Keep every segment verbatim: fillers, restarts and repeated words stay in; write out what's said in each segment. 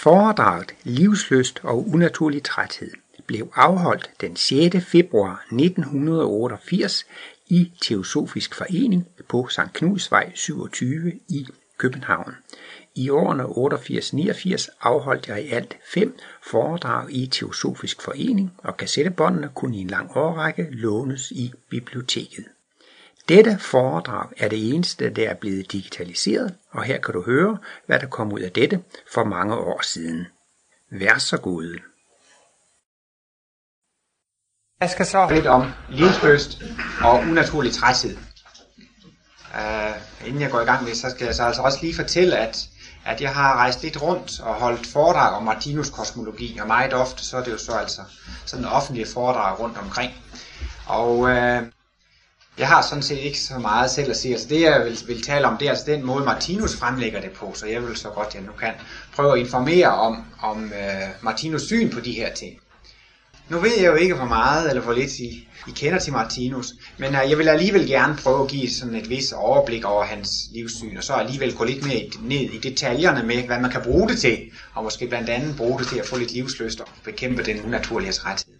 Foredraget Livslyst og unaturlig træthed blev afholdt den sjette februar nitten otteogfirs i Teosofisk Forening på Sankt Knudsvej syvogtyve i København. I årene otteogfirs til niogfirs afholdt jeg i alt fem foredrag i Teosofisk Forening, og kassettebåndene kunne i en lang årrække lånes i biblioteket. Dette foredrag er det eneste, der er blevet digitaliseret, og her kan du høre, hvad der kom ud af dette for mange år siden. Vær så god. Jeg skal så lidt om livslyst og unaturlig træthed. Uh, inden jeg går i gang med, så skal jeg så altså også lige fortælle, at, at jeg har rejst lidt rundt og holdt foredrag om Martinus kosmologi, og meget ofte så er det jo så altså sådan offentlige foredrag rundt omkring. Og uh, jeg har sådan set ikke så meget selv at sige. Altså det jeg vil, vil tale om, det er altså den måde Martinus fremlægger det på, så jeg vil så godt jeg nu kan prøve at informere om, om uh, Martinus syn på de her ting. Nu ved jeg jo ikke hvor meget eller hvor lidt I, I kender til Martinus, men uh, jeg vil alligevel gerne prøve at give sådan et vis overblik over hans livssyn, og så alligevel gå lidt mere ned i detaljerne med, hvad man kan bruge det til, og måske blandt andet bruge det til at få lidt livslyst og bekæmpe den unaturlige træthed.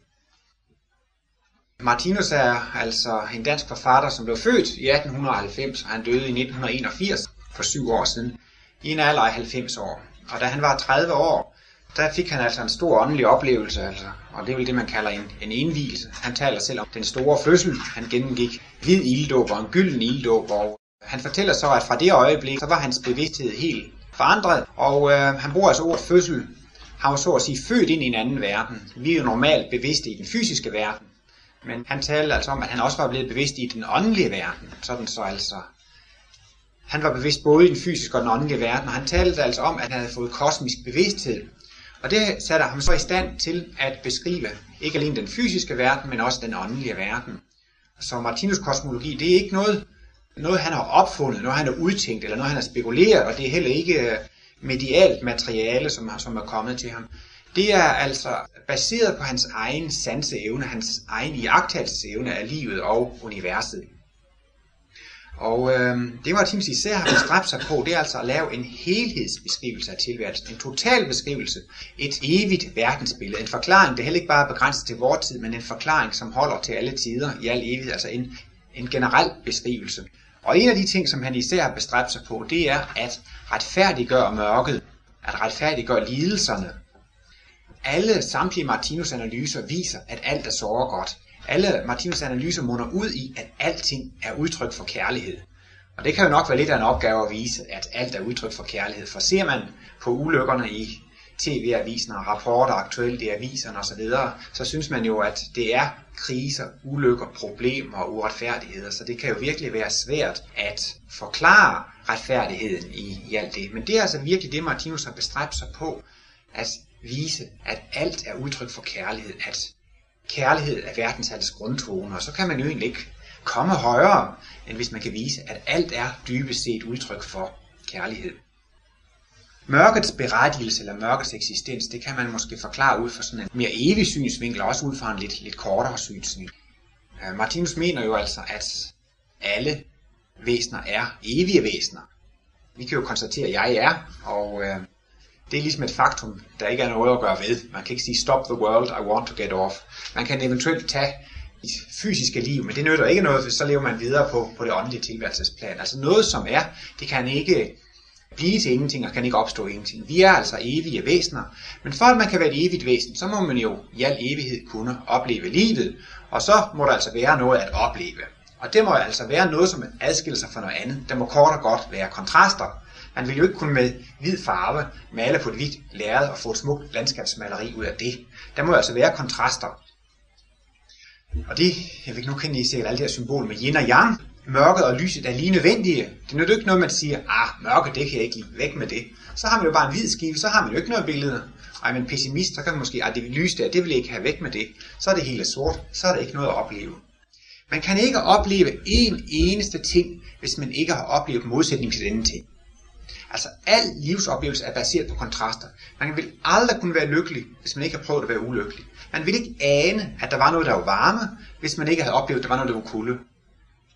Martinus er altså en dansk forfatter, som blev født i atten halvfems, og han døde i nitten enogfirs, for syv år siden, i en alder af halvfems år. Og da han var tredive år, der fik han altså en stor åndelig oplevelse, altså, og det er vel det, man kalder en, en indvielse. Han taler selv om den store fødsel. Han gennemgik hvid ilddåb og en gylden ilddåb, og han fortæller så, at fra det øjeblik, så var hans bevidsthed helt forandret, og øh, han bruger altså ordet fødsel. Han var så at sige født ind i en anden verden. Vi er jo normalt bevidste i den fysiske verden, men han talte altså om, at han også var blevet bevidst i den åndelige verden, sådan så altså han var bevidst både i den fysiske og den åndelige verden, og han talte altså om, at han havde fået kosmisk bevidsthed. Og det satte ham så i stand til at beskrive ikke alene den fysiske verden, men også den åndelige verden. Så Martinus kosmologi, det er ikke noget, noget han har opfundet, noget han har udtænkt, eller noget han har spekuleret, og det er heller ikke medialt materiale, som, som er kommet til ham. Det er altså baseret på hans egen sanseevne, hans egen iagttagelsesevne af livet og universet. Og øh, det Martinus især har bestræbt sig på, det er altså at lave en helhedsbeskrivelse af tilværelsen, en total beskrivelse, et evigt verdensbillede, en forklaring, det er heller ikke bare begrænset til vor tid, men en forklaring, som holder til alle tider i al evighed, altså en, en generel beskrivelse. Og en af de ting, som han især har bestræbt sig på, det er at retfærdiggøre mørket, at retfærdiggøre lidelserne. Alle samtlige Martinus analyser viser, at alt er såre godt. Alle Martinus analyser munder ud i, at alting er udtryk for kærlighed. Og det kan jo nok være lidt af en opgave at vise, at alt er udtryk for kærlighed. For ser man på ulykkerne i tv-avisen og rapporter aktuelt i aviserne osv., så synes man jo, at det er kriser, ulykker, problemer og uretfærdigheder. Så det kan jo virkelig være svært at forklare retfærdigheden i, i alt det. Men det er altså virkelig det, Martinus har bestræbt sig på, at vise, at alt er udtryk for kærlighed, at kærlighed er verdensaldets grundtone, og så kan man jo egentlig ikke komme højere, end hvis man kan vise, at alt er dybest set udtryk for kærlighed. Mørkets berettigelse eller mørkets eksistens, det kan man måske forklare ud fra sådan en mere evig synsvinkel, og også ud fra en lidt, lidt kortere synsvinkel. Martinus mener jo altså, at alle væsener er evige væsener. Vi kan jo konstatere, at jeg er, og øh, det er ligesom et faktum, der ikke er noget at gøre ved. Man kan ikke sige, stop the world, I want to get off. Man kan eventuelt tage i fysiske liv, men det nytter ikke noget, for så lever man videre på, på det åndelige tilværelsesplan. Altså noget som er, det kan ikke blive til ingenting, og kan ikke opstå ingenting. Vi er altså evige væsener, men for at man kan være et evigt væsen, så må man jo i al evighed kunne opleve livet, og så må der altså være noget at opleve. Og det må altså være noget, som adskiller sig fra noget andet. Der må kort og godt være kontraster. Man vil jo ikke kunne med hvid farve male på et hvidt lærred og få et smukt landskabsmaleri ud af det. Der må altså være kontraster. Og det, jeg ved ikke, nu kan I se alle de her symboler med yin og yang. Mørket og lyset er lige nødvendige. Det nytter jo ikke noget, man siger, ah, mørket, det kan jeg ikke lide, væk med det. Så har man jo bare en hvid skive, så har man jo ikke noget billede. Og er man pessimist, så kan man måske, ah, det lyse der, det vil jeg ikke have væk med det. Så er det hele sort, så er der ikke noget at opleve. Man kan ikke opleve en eneste ting, hvis man ikke har oplevet modsætning til denne ting. Altså al livsoplevelse er baseret på kontraster. Man vil aldrig kunne være lykkelig, hvis man ikke har prøvet at være ulykkelig. Man vil ikke ane, at der var noget, der var varme, hvis man ikke havde oplevet, at der var noget, der var kulde.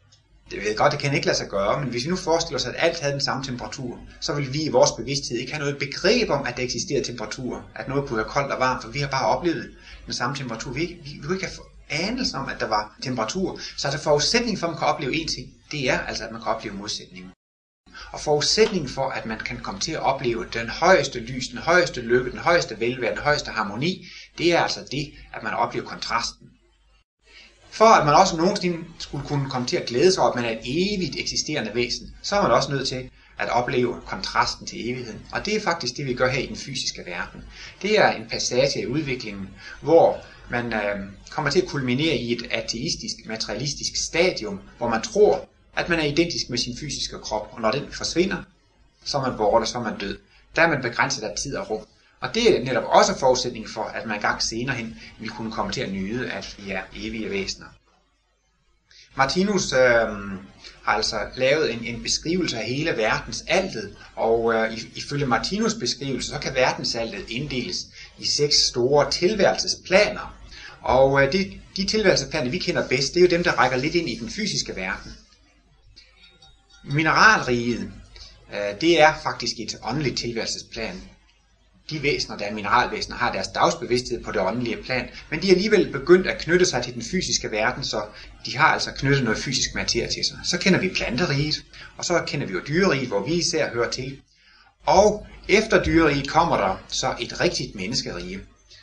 Det ved jeg godt, det kan ikke lade sig gøre, men hvis vi nu forestiller os, at alt havde den samme temperatur, så vil vi i vores bevidsthed ikke have noget begreb om, at der eksisterer temperatur, at noget kunne være koldt og varmt, for vi har bare oplevet den samme temperatur. Vi, vi, vi kunne ikke have anelse om, at der var temperatur. Så altså forudsætningen for, at man kan opleve en ting, det er altså, at man kan opleve modsætningen. Og forudsætningen for, at man kan komme til at opleve den højeste lys, den højeste lykke, den højeste velvære, den højeste harmoni, det er altså det, at man oplever kontrasten. For at man også nogensinde skulle kunne komme til at glæde sig over, at man er et evigt eksisterende væsen, så er man også nødt til at opleve kontrasten til evigheden. Og det er faktisk det, vi gør her i den fysiske verden. Det er en passage i udviklingen, hvor man øh, kommer til at kulminere i et ateistisk, materialistisk stadium, hvor man tror, at man er identisk med sin fysiske krop, og når den forsvinder, så er man borte, så er man død. Der er man begrænset af tid og rum. Og det er netop også forudsætning for, at man engang senere hen vil kunne komme til at nyde, at vi er evige væsener. Martinus øh, har altså lavet en, en beskrivelse af hele verdensaltet, og øh, ifølge Martinus' beskrivelse, så kan verdensaltet inddeles i seks store tilværelsesplaner. Og øh, de, de tilværelsesplaner, vi kender bedst, det er jo dem, der rækker lidt ind i den fysiske verden. Mineralriget, øh, det er faktisk et åndeligt tilværelsesplan. De væsener, der er mineralvæsener, har deres dagsbevidsthed på det åndelige plan, men de er alligevel begyndt at knytte sig til den fysiske verden, så de har altså knyttet noget fysisk materie til sig. Så kender vi planteriget, og så kender vi jo dyreriget, hvor vi især hører til. Og efter dyreriget kommer der så et rigtigt menneskerige.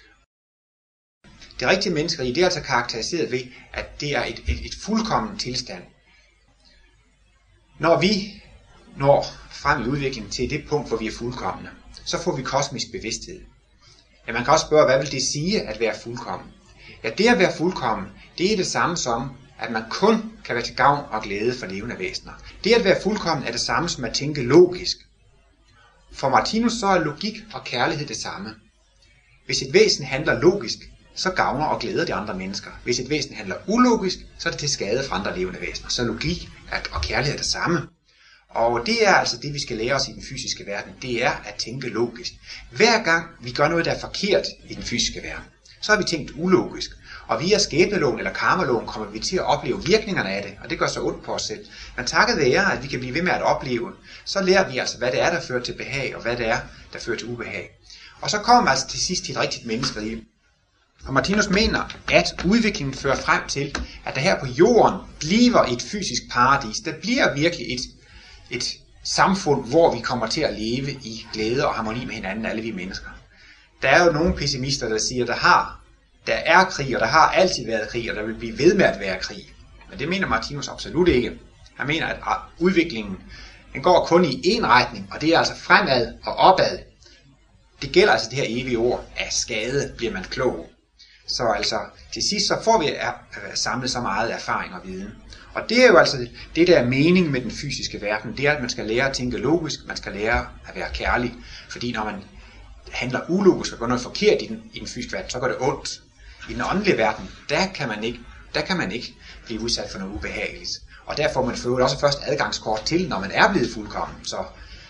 Det rigtige menneskerige, det er altså karakteriseret ved, at det er et, et, et fuldkommen tilstand. Når vi når frem i udviklingen til det punkt, hvor vi er fuldkomne, så får vi kosmisk bevidsthed. Ja, man kan også spørge, hvad vil det sige at være fuldkommen? Ja, det at være fuldkommen, det er det samme som, at man kun kan være til gavn og glæde for levende væsener. Det at være fuldkommen er det samme som at tænke logisk. For Martinus så er logik og kærlighed det samme. Hvis et væsen handler logisk, så gavner og glæder de andre mennesker. Hvis et væsen handler ulogisk, så er det til skade for andre levende væsener. Så logik og kærlighed er det samme. Og det er altså det, vi skal lære os i den fysiske verden. Det er at tænke logisk. Hver gang vi gør noget, der er forkert i den fysiske verden, så har vi tænkt ulogisk. Og via skæbneloven eller karmaloven kommer vi til at opleve virkningerne af det, og det gør så ondt på os selv. Men takket være, at vi kan blive ved med at opleve, så lærer vi altså, hvad det er, der fører til behag, og hvad det er, der fører til ubehag. Og så kommer man altså til sidst til et rigtigt menneskerige. Og Martinus mener, at udviklingen fører frem til, at der her på jorden bliver et fysisk paradis. Der bliver virkelig et Et samfund, hvor vi kommer til at leve i glæde og harmoni med hinanden, alle vi mennesker. Der er jo nogle pessimister, der siger, at der, har, der er krig, og der har altid været krig, og der vil blive ved med at være krig. Men det mener Martinus absolut ikke. Han mener, at udviklingen den går kun i én retning, og det er altså fremad og opad. Det gælder altså det her evige ord, af skade bliver man klog. Så altså til sidst så får vi samlet så meget erfaring og viden. Og det er jo altså det, der er meningen med den fysiske verden, det er, at man skal lære at tænke logisk, man skal lære at være kærlig. Fordi når man handler ulogisk og gør noget forkert i den, i den fysiske verden, så gør det ondt. I den åndelige verden, der kan man ikke, der kan man ikke blive udsat for noget ubehageligt. Og der får man for også først adgangskort til, når man er blevet fuldkommen. Så,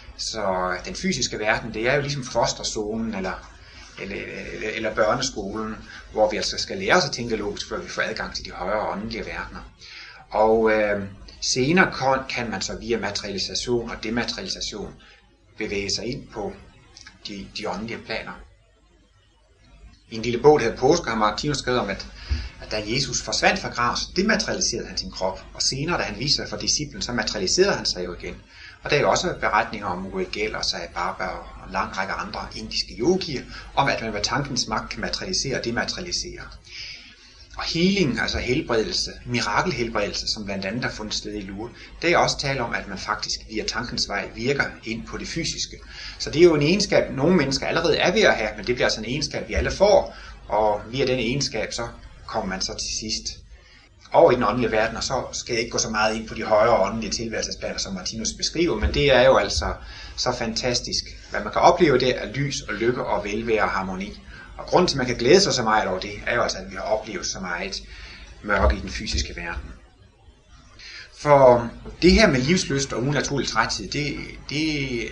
så den fysiske verden, det er jo ligesom fosterzonen eller, eller, eller, eller børneskolen, hvor vi altså skal lære os at tænke logisk, før vi får adgang til de højere åndelige verdener. Og øh, senere kan, kan man så via materialisation og dematerialisation bevæge sig ind på de, de åndelige planer. I en lille bog, der hedder Påske, har Martinus skrevet om, at, at da Jesus forsvandt fra graven, så dematerialiserede han sin krop. Og senere, da han viste sig for disciplen, så materialiserede han sig jo igen. Og der er jo også beretninger om Uri Geller og Sai Baba og en lang række andre indiske yogier, om at man med tankens magt kan materialisere og dematerialisere. Og healing, altså helbredelse, mirakelhelbredelse, som blandt andet har fundet sted i Lure, det er også tale om, at man faktisk via tankens vej virker ind på det fysiske. Så det er jo en egenskab, nogle mennesker allerede er ved at have, men det bliver altså en egenskab, vi alle får, og via den egenskab, så kommer man så til sidst over i den åndelige verden, og så skal jeg ikke gå så meget ind på de højere åndelige tilværelsesplaner, som Martinus beskriver, men det er jo altså så fantastisk, hvad man kan opleve det er lys og lykke og velvære og harmoni. Og grunden til, at man kan glæde sig så meget over det, er jo altså, at vi har oplevet så meget mørke i den fysiske verden. For det her med livslyst og unaturlig træthed, det, det,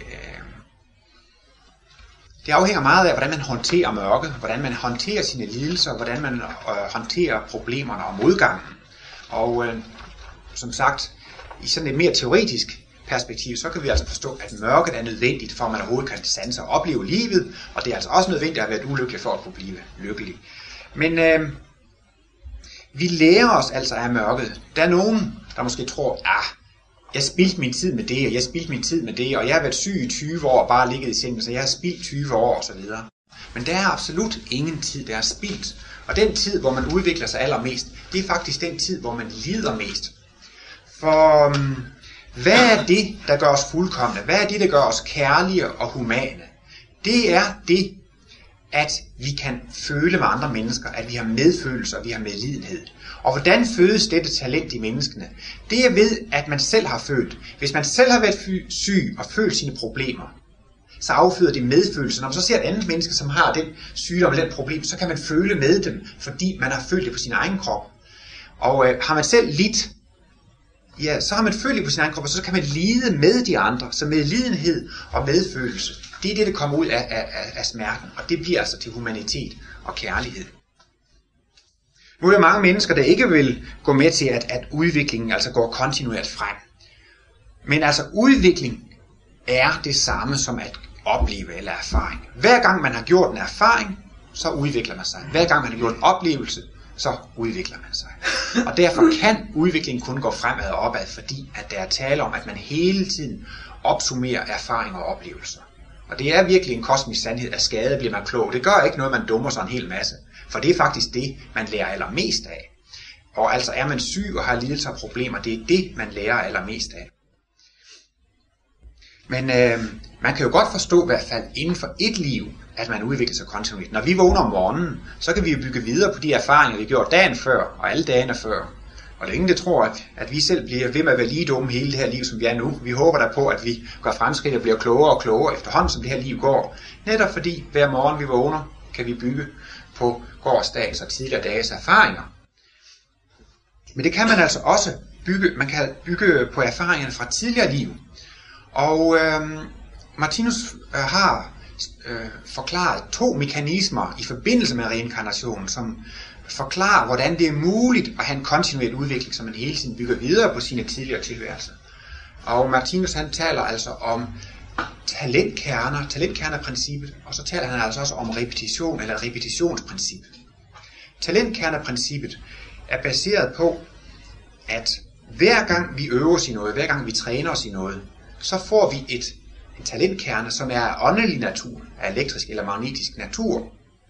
det afhænger meget af, hvordan man håndterer mørket, hvordan man håndterer sine lidelser, hvordan man håndterer problemerne og modgangen. Og øh, som sagt, i sådan et mere teoretisk perspektiv, så kan vi altså forstå, at mørket er nødvendigt, for at man overhovedet kan sanse og opleve livet, og det er altså også nødvendigt at være ulykkelig for at kunne blive lykkelig. Men øh, vi lærer os altså af mørket. Der er nogen, der måske tror, ah, jeg spildte min tid med det, og jeg spildte min tid med det, og jeg har været syg i tyve år og bare ligget i sengen, så jeg har spildt tyve år og så videre. Men der er absolut ingen tid, der er spildt. Og den tid, hvor man udvikler sig allermest, det er faktisk den tid, hvor man lider mest. For um, hvad er det, der gør os fuldkomne? Hvad er det, der gør os kærlige og humane? Det er det, at vi kan føle med andre mennesker, at vi har medfølelse og vi har medlidenhed. Og hvordan fødes dette talent i menneskene? Det er ved, at man selv har følt. Hvis man selv har været syg og følt sine problemer, så afføder det medfølelse. Når man så ser et andet menneske, som har den sygdom eller den problem, så kan man føle med dem, fordi man har følt det på sin egen krop. Og øh, har man selv lidt, ja, så har man følt det på sin egen krop, og så kan man lide med de andre. Så medlidenhed og medfølelse, det er det, der kommer ud af, af, af smerten, og det bliver altså til humanitet og kærlighed. Nu er der mange mennesker, der ikke vil gå med til, at, at udviklingen altså går kontinuert frem. Men altså udvikling er det samme som at opleve eller erfaring. Hver gang man har gjort en erfaring, så udvikler man sig. Hver gang man har gjort en oplevelse, så udvikler man sig. Og derfor kan udviklingen kun gå fremad og opad, fordi at der er tale om, at man hele tiden opsummerer erfaringer og oplevelser. Og det er virkelig en kosmisk sandhed, at skade bliver man klog. Det gør ikke noget, man dummer sig en hel masse. For det er faktisk det, man lærer allermest af. Og altså er man syg og har lidelser og problemer, det er det, man lærer allermest af. Men øh, man kan jo godt forstå i hvert fald inden for et liv, at man udvikler sig kontinuerligt. Når vi vågner om morgenen, så kan vi jo bygge videre på de erfaringer, vi gjorde dagen før og alle dagene før. Og der er ingen, der tror, at, at vi selv bliver ved med at være lige dumme hele det her liv, som vi er nu. Vi håber da på, at vi går fremskridt og bliver klogere og klogere efterhånden, som det her liv går. Netop fordi hver morgen vi vågner, kan vi bygge på gårdsdagens og tidligere dages erfaringer. Men det kan man altså også bygge, man kan bygge på erfaringerne fra tidligere liv. Og øh, Martinus øh, har øh, forklaret to mekanismer i forbindelse med reinkarnationen, som forklarer, hvordan det er muligt at have en kontinuerlig udvikling, så man hele tiden bygger videre på sine tidligere tilværelser. Og Martinus han taler altså om talentkerner, talentkerneprincippet, og så taler han altså også om repetition eller repetitionsprincippet. Talentkerneprincippet er baseret på, at hver gang vi øver os i noget, hver gang vi træner os i noget, så får vi et, en talentkerne, som er af åndelig natur, af elektrisk eller magnetisk natur.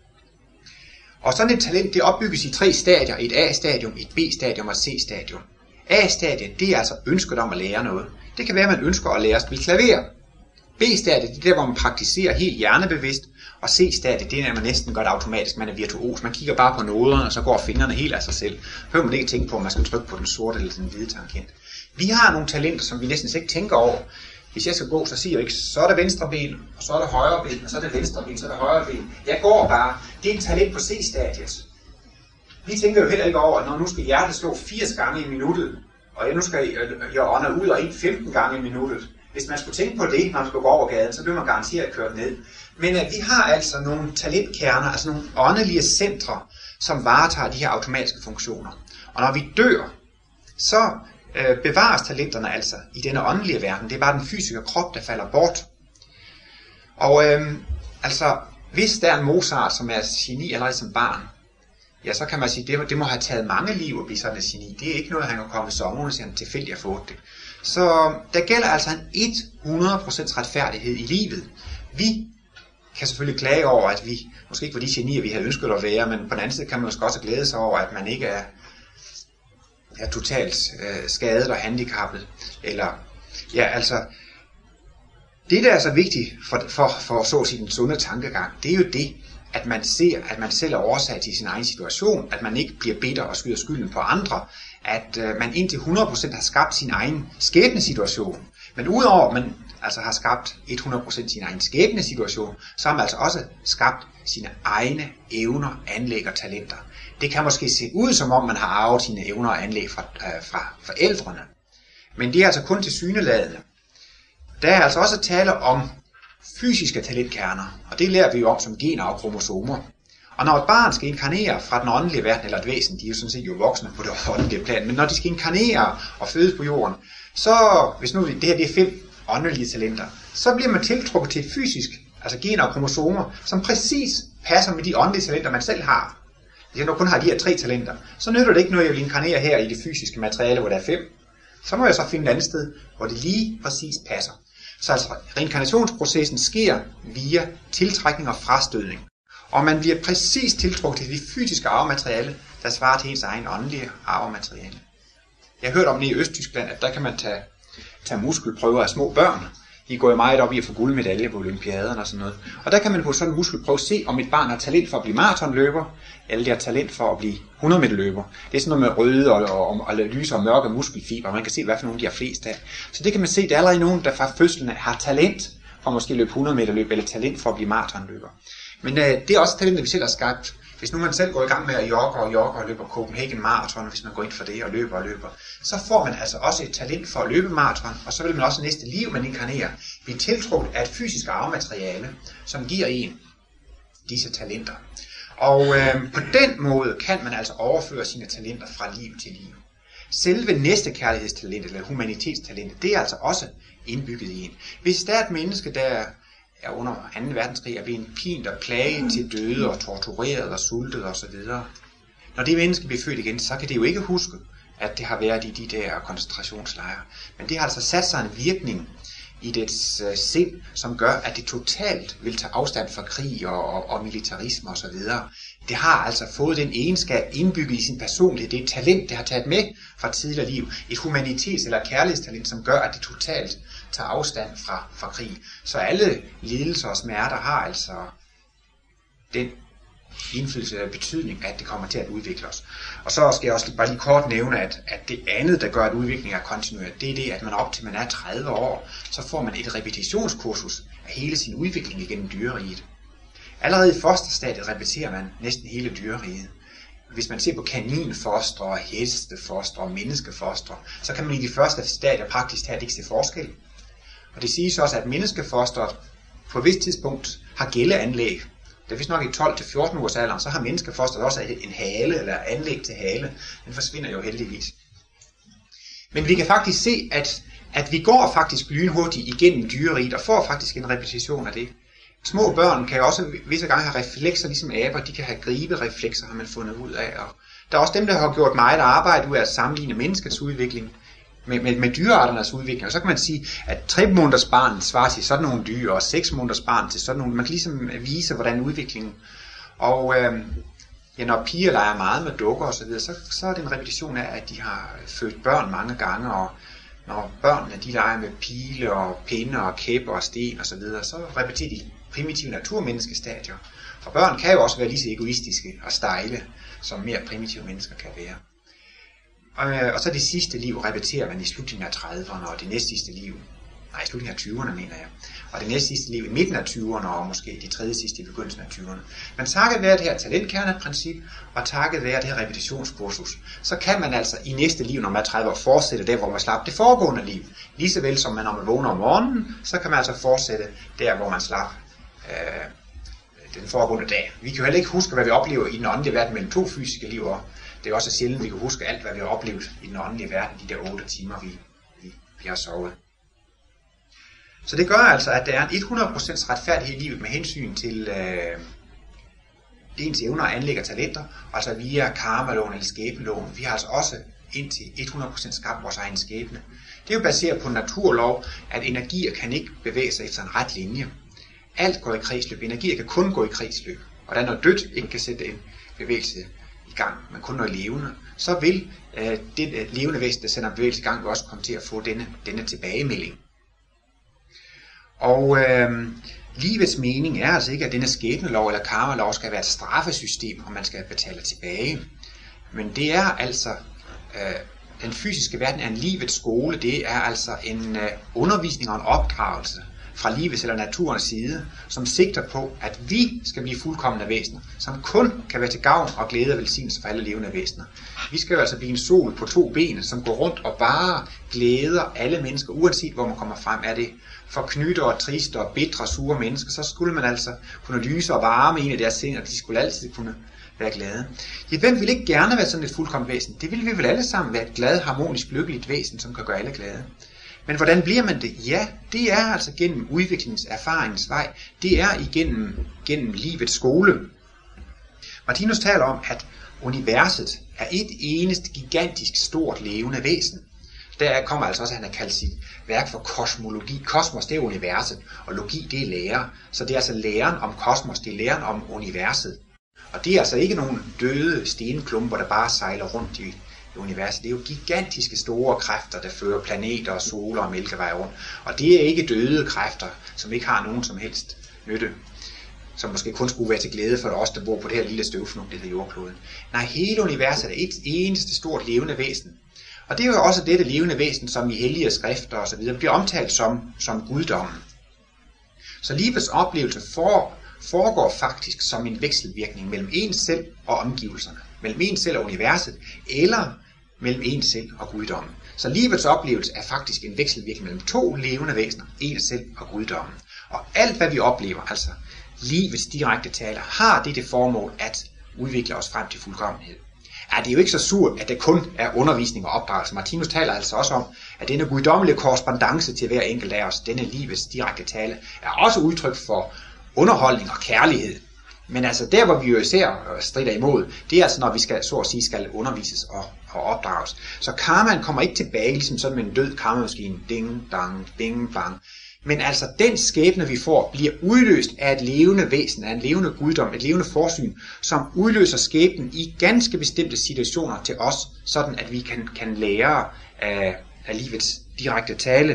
Og sådan et talent, det opbygges i tre stadier, et A-stadium, et B-stadium og et C-stadium. A-stadiet, det er altså ønsket om at lære noget. Det kan være, at man ønsker at lære at spille klaver. B-stadiet, det er der, hvor man praktiserer helt hjernebevidst, og C-stadiet, det er, at man næsten gør det automatisk, man er virtuos. Man kigger bare på noderne, og så går fingrene helt af sig selv. Hører man ikke tænke på, om man skal trykke på den sorte eller den hvide tangent. Vi har nogle talenter, som vi næsten ikke tænker over. Hvis jeg skal gå, så siger jeg ikke, så er det venstre ben, og så er det højre ben, og så er det venstre ben, så er det højre ben. Jeg går bare. Det er en talent på C-stadiet. Vi tænker jo heller ikke over, at når nu skal hjertet slå firs gange i minuttet, og nu skal jeg ånde ud og ind femten gange i minuttet. Hvis man skulle tænke på det, når man skulle gå over gaden, så bliver man garanteret kørt ned. Men at vi har altså nogle talentkerner, altså nogle åndelige centre, som varetager de her automatiske funktioner. Og når vi dør, så øh, bevares talenterne altså i denne åndelige verden. Det er bare den fysiske krop, der falder bort. Og øh, altså, hvis der er en Mozart, som er geni allerede som barn, ja, så kan man sige, at det, det må have taget mange liv at blive sådan et geni. Det er ikke noget, han kan komme i sommer, så han tilfældigt har fået det. Så der gælder altså en hundrede procent retfærdighed i livet. Vi kan selvfølgelig klage over, at vi måske ikke var de genier, vi havde ønsket at være, men på den anden side kan man måske også glæde sig over, at man ikke er, er totalt øh, skadet og handicappet. Eller, ja, altså, det der er så vigtigt for, for, for så at sige den sunde tankegang, det er jo det, at man ser, at man selv er årsag til sin egen situation, at man ikke bliver bitter og skyder skylden på andre, at øh, man indtil hundrede procent har skabt sin egen skæbnesituation. Men udover at man altså har skabt hundrede procent sin egen skæbnesituation, så har man altså også skabt sine egne evner, anlæg og talenter. Det kan måske se ud som om man har arvet sine evner og anlæg fra, øh, fra forældrene. Men det er altså kun tilsyneladende. Der er altså også tale om fysiske talentkerner, og det lærer vi jo om som gener og kromosomer. Og når et barn skal inkarnere fra den åndelige verden, eller et væsen, de er jo sådan set jo voksne på det åndelige plan, men når de skal inkarnere og fødes på jorden, så hvis nu det her det er fem åndelige talenter, så bliver man tiltrukket til et fysisk, altså gener og kromosomer, som præcis passer med de åndelige talenter, man selv har. Hvis jeg nu kun har de her tre talenter, så nytter det ikke noget, jeg vil inkarnere her i det fysiske materiale, hvor der er fem. Så må jeg så finde et andet sted, hvor det lige præcis passer. Så altså, reinkarnationsprocessen sker via tiltrækning og frastødning. Og man bliver præcis tiltrukket til det fysiske arvemateriale, der svarer til ens egen åndelige arvemateriale. Jeg har hørt om det i Østtyskland, at der kan man tage, tage muskelprøver af små børn. De går jo meget op i at få guldmedalje på olympiaderne og sådan noget. Og der kan man på sådan en muskelprøve se, om et barn har talent for at blive maratonløber, eller det har talent for at blive hundrede meter løber. Det er sådan noget med røde og, og, og, og lyse og mørke muskelfiber, man kan se, hvad for nogle de har flest af. Så det kan man se, der er allerede nogen, der fra fødslen har talent for at måske løbe hundrede meter løb, eller talent for at blive maratonløber. Men øh, det er også talenter, vi selv har skabt. Hvis nu man selv går i gang med at jogge og jogge og løber Copenhagen Marathon, hvis man går ind for det og løber og løber, så får man altså også et talent for at løbe maraton, og så vil man også næste liv, man inkarnerer, blive tiltrukket af et fysisk arvemateriale, som giver en disse talenter. Og øh, på den måde kan man altså overføre sine talenter fra liv til liv. Selve næstekærlighedstalent eller humanitetstalent, det er altså også indbygget i en. Hvis der er et menneske, der er under anden verdenskrig er blevet pint og plaget til døde og tortureret og sultet osv. Når det menneske bliver født igen, så kan det jo ikke huske, at det har været i de der koncentrationslejre. Men det har altså sat sig en virkning i dets uh, sind, som gør, at det totalt vil tage afstand fra krig og, og, og militarisme osv. Det har altså fået den egenskab indbygget i sin personlighed. Det er et talent, det har taget med fra tidligere liv. Et humanitets- eller kærlighedstalent, som gør, at det totalt tager afstand fra, fra krig. Så alle lidelser og smerter har altså den indflydelse og betydning, at det kommer til at udvikle os. Og så skal jeg også bare lige kort nævne, at, at det andet, der gør, at udviklingen er kontinuerlig, det er det, at man op til man er tredive år, så får man et repetitionskursus af hele sin udvikling igennem dyreriget. Allerede i fosterstadiet repeterer man næsten hele dyreriget. Hvis man ser på kaninfostre, hestefostre og menneskefostre, så kan man i de første stadier praktisk talt ikke se forskel. Og det siges også, at menneskefostret på et vist tidspunkt har gælleanlæg. Det er vist nok i tolv til fjorten ugers alderen, så har menneskefostret også en hale eller anlæg til hale. Den forsvinder jo heldigvis. Men vi kan faktisk se, at, at vi går faktisk lynhurtigt igennem dyreriget og får faktisk en repetition af det. Små børn kan jo også visse gange have reflekser, ligesom aber. De kan have gribereflekser, har man fundet ud af. Og der er også dem, der har gjort meget arbejde ud af at sammenligne menneskets udvikling med, med, med dyrearternes udvikling. Og så kan man sige, at tre måneders barn svarer til sådan nogle dyr, og seks måneders barn til sådan nogle. Man kan ligesom vise, hvordan udviklingen. Og øh, ja, når piger leger meget med dukker og så videre, så, så er det en repetition af, at de har født børn mange gange, og når børnene de leger med pile og pinde og kæpper og sten og så videre, så repeterer de primitive naturmenneskestadier. Og børn kan jo også være lige så egoistiske og stejle, som mere primitive mennesker kan være. Og, og så det sidste liv repeterer man i slutningen af trediverne, og det næstsidste liv, nej, i slutningen af tyverne mener jeg, og det næstsidste liv i midten af tyverne, og måske de tredje sidste i begyndelsen af tyverne. Men takket være det her talentkerneprincip, og takket være det her repetitionskursus, så kan man altså i næste liv, når man er tredive år, fortsætte der, hvor man slap det foregående liv. Ligesåvel som man, når man vågner om morgenen, så kan man altså fortsætte der, hvor man slap øh, den foregående dag. Vi kan jo heller ikke huske, hvad vi oplever i den åndelige verden mellem to fysiske liv, og det er også sjældent, vi kan huske alt, hvad vi har oplevet i den åndelige verden, de der otte timer, vi, vi, vi har sovet. Så det gør altså, at der er en hundrede procent retfærdighed i livet med hensyn til øh, ens evner og anlæg og talenter, altså via karmaloven eller skæbneloven. Vi har altså også indtil hundrede procent skabt vores egen skæbne. Det er jo baseret på en naturlov, at energier kan ikke bevæge sig efter en ret linje. Alt går i kredsløb. Energier kan kun gå i kredsløb. Og da noget dødt ikke kan sætte en bevægelse i gang, men kun noget levende, så vil øh, det øh, levende væsen, der sender bevægelse i gang, vil også komme til at få denne, denne tilbagemelding. Og øh, livets mening er altså ikke, at denne skæbnelov eller karmalov skal være et straffesystem, og man skal betale tilbage. Men det er altså, øh, den fysiske verden er en livets skole, det er altså en øh, undervisning og en opdragelse fra livets eller naturens side, som sigter på, at vi skal blive fuldkomne væsener, som kun kan være til gavn og glæde og velsignelse for alle levende væsener. Vi skal jo altså blive en sol på to ben, som går rundt og bare glæder alle mennesker, uanset hvor man kommer frem. Er det for knytter og triste og bitre, sure mennesker, så skulle man altså kunne lyse og varme en af deres sind, og de skulle altid kunne være glade. Ja, hvem vil ikke gerne være sådan et fuldkommen væsen? Det vil vi vel alle sammen være et glad, harmonisk, lykkeligt væsen, som kan gøre alle glade. Men hvordan bliver man det? Ja, det er altså gennem udviklingens erfaringens vej. Det er igennem gennem livets skole. Martinus taler om, at universet er et eneste gigantisk stort levende væsen. Der kommer altså også, at han har kaldt sit værk for kosmologi. Kosmos, det er universet, og logi, det er lære. Så det er altså læren om kosmos, det er læren om universet. Og det er altså ikke nogen døde stenklumper, der bare sejler rundt i universet. Det er jo gigantiske store kræfter, der fører planeter og soler og mælkevej rundt. Og det er ikke døde kræfter, som ikke har nogen som helst nytte, som måske kun skulle være til glæde for os, der bor på det her lille støvfnug, det hedder jordkloden. Nej, hele universet er et eneste stort levende væsen. Og det er jo også dette levende væsen, som i hellige skrifter og så videre bliver omtalt som, som guddommen. Så livets oplevelse for, foregår faktisk som en vekselvirkning mellem en selv og omgivelserne. Mellem en selv og universet, eller mellem en selv og guddommen. Så livets oplevelse er faktisk en vekselvirkning mellem to levende væsener, en selv og guddommen. Og alt hvad vi oplever, altså livets direkte taler, har det det formål at udvikle os frem til fuldkommenhed. Ja, det er jo ikke så surt, at det kun er undervisning og opdragelse. Martinus taler altså også om, at denne guddommelige korrespondance til hver enkelt af os, denne livets direkte tale, er også udtryk for underholdning og kærlighed. Men altså der, hvor vi jo især strider imod, det er altså, når vi skal, så at sige, skal undervises og, og opdrages. Så karmaen kommer ikke tilbage, ligesom sådan med en død karmamaskine. Ding, dang, ding, bang. Men altså den skæbne, vi får, bliver udløst af et levende væsen, af en levende guddom, et levende forsyn, som udløser skæbnen i ganske bestemte situationer til os, sådan at vi kan, kan lære af, af livets direkte tale.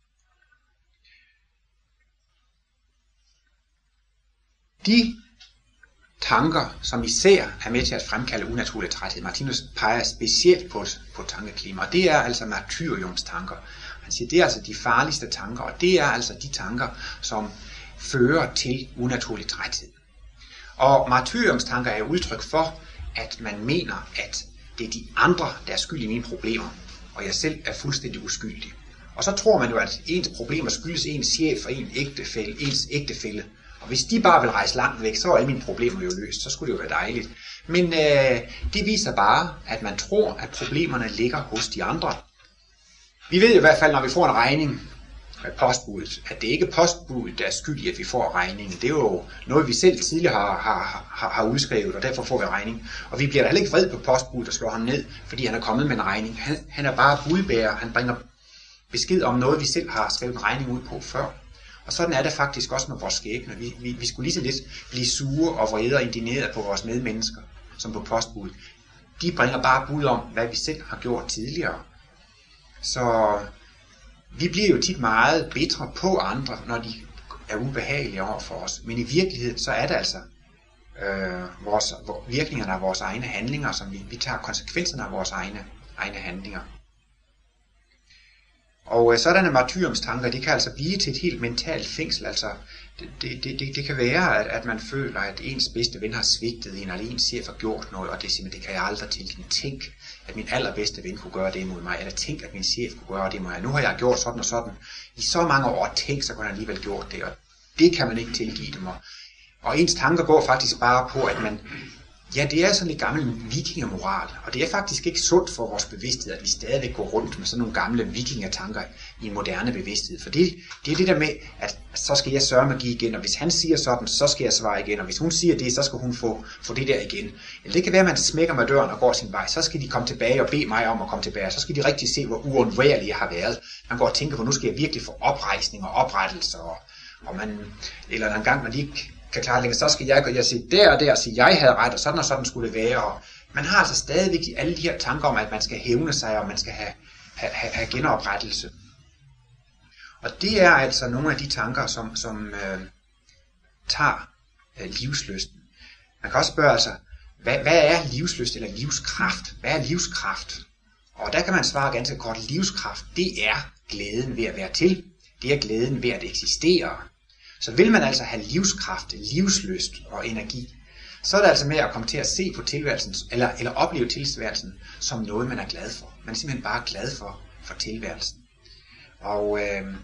De tanker, som især er med til at fremkalde unaturlig træthed. Martinus peger specielt på, på tankeklima, og det er altså martyriumstanker. Han siger, det er altså de farligste tanker, og det er altså de tanker, som fører til unaturlig træthed. Og martyriumstanker er udtryk for, at man mener, at det er de andre, der er skyld i mine problemer, og jeg selv er fuldstændig uskyldig. Og så tror man jo, at ens problemer skyldes ens chef og ens ægtefælle, ens ægtefælle. Og hvis de bare vil rejse langt væk, så er alle mine problemer jo løst. Så skulle det jo være dejligt. Men øh, det viser bare, at man tror, at problemerne ligger hos de andre. Vi ved jo i hvert fald, når vi får en regning med postbuddet, at det ikke er postbuddet, der er skyld i, at vi får regningen. Det er jo noget, vi selv tidligere har, har, har, har udskrevet, og derfor får vi regning. Og vi bliver da heller ikke vred på postbuddet og slår ham ned, fordi han er kommet med en regning. Han, han er bare budbærer. Han bringer besked om noget, vi selv har skrevet en regning ud på før. Og sådan er det faktisk også med vores skæbne. Vi, vi, vi skulle lige så lidt blive sure og vrede og indigneret på vores medmennesker, som på postbuddet. De bringer bare bud om, hvad vi selv har gjort tidligere. Så vi bliver jo tit meget bitre på andre, når de er ubehagelige over for os. Men i virkeligheden, så er det altså øh, vores, virkningerne af vores egne handlinger, som vi, vi tager konsekvenserne af vores egne, egne handlinger. Og øh, sådanne martyriumstanker, det kan altså blive til et helt mentalt fængsel. Altså, det, det, det, det kan være, at, at man føler, at ens bedste ven har svigtet en, eller ens chef har gjort noget, og det simpelthen, det kan jeg aldrig tilgive. Tænk, at min allerbedste ven kunne gøre det imod mig, eller tænk, at min chef kunne gøre det imod mig. Nu har jeg gjort sådan og sådan. I så mange år, tænk, så kunne han alligevel gjort det, og det kan man ikke tilgive dem. Og, og ens tanker går faktisk bare på, at man, ja, det er sådan lidt gammel vikingemoral, og det er faktisk ikke sundt for vores bevidsthed, at vi stadigvæk går rundt med sådan nogle gamle vikingetanker i en moderne bevidsthed. For det, det er det der med, at så skal jeg sørge med at give igen, og hvis han siger sådan, så skal jeg svare igen, og hvis hun siger det, så skal hun få, få det der igen. Eller det kan være, at man smækker med døren og går sin vej, så skal de komme tilbage og bede mig om at komme tilbage, så skal de rigtig se, hvor uundværlig jeg har været. Man går og tænker på, nu skal jeg virkelig få oprejsning og oprettelse, og, og man, eller en gang man lige kan klare længere, så skal jeg gå og sige der og der og sige, jeg havde ret, og sådan og sådan skulle det være. Og man har altså stadigvæk alle de her tanker om, at man skal hævne sig, og man skal have, have, have genoprettelse. Og det er altså nogle af de tanker, som, som øh, tager øh, livslysten. Man kan også spørge sig, hvad, hvad er livslyst eller livskraft? Hvad er livskraft? Og der kan man svare ganske kort, livskraft, det er glæden ved at være til. Det er glæden ved at eksistere. Så vil man altså have livskraft, livslyst og energi, så er det altså med at komme til at se på tilværelsen, eller, eller opleve tilværelsen som noget, man er glad for. Man er simpelthen bare glad for, for tilværelsen. Og øh,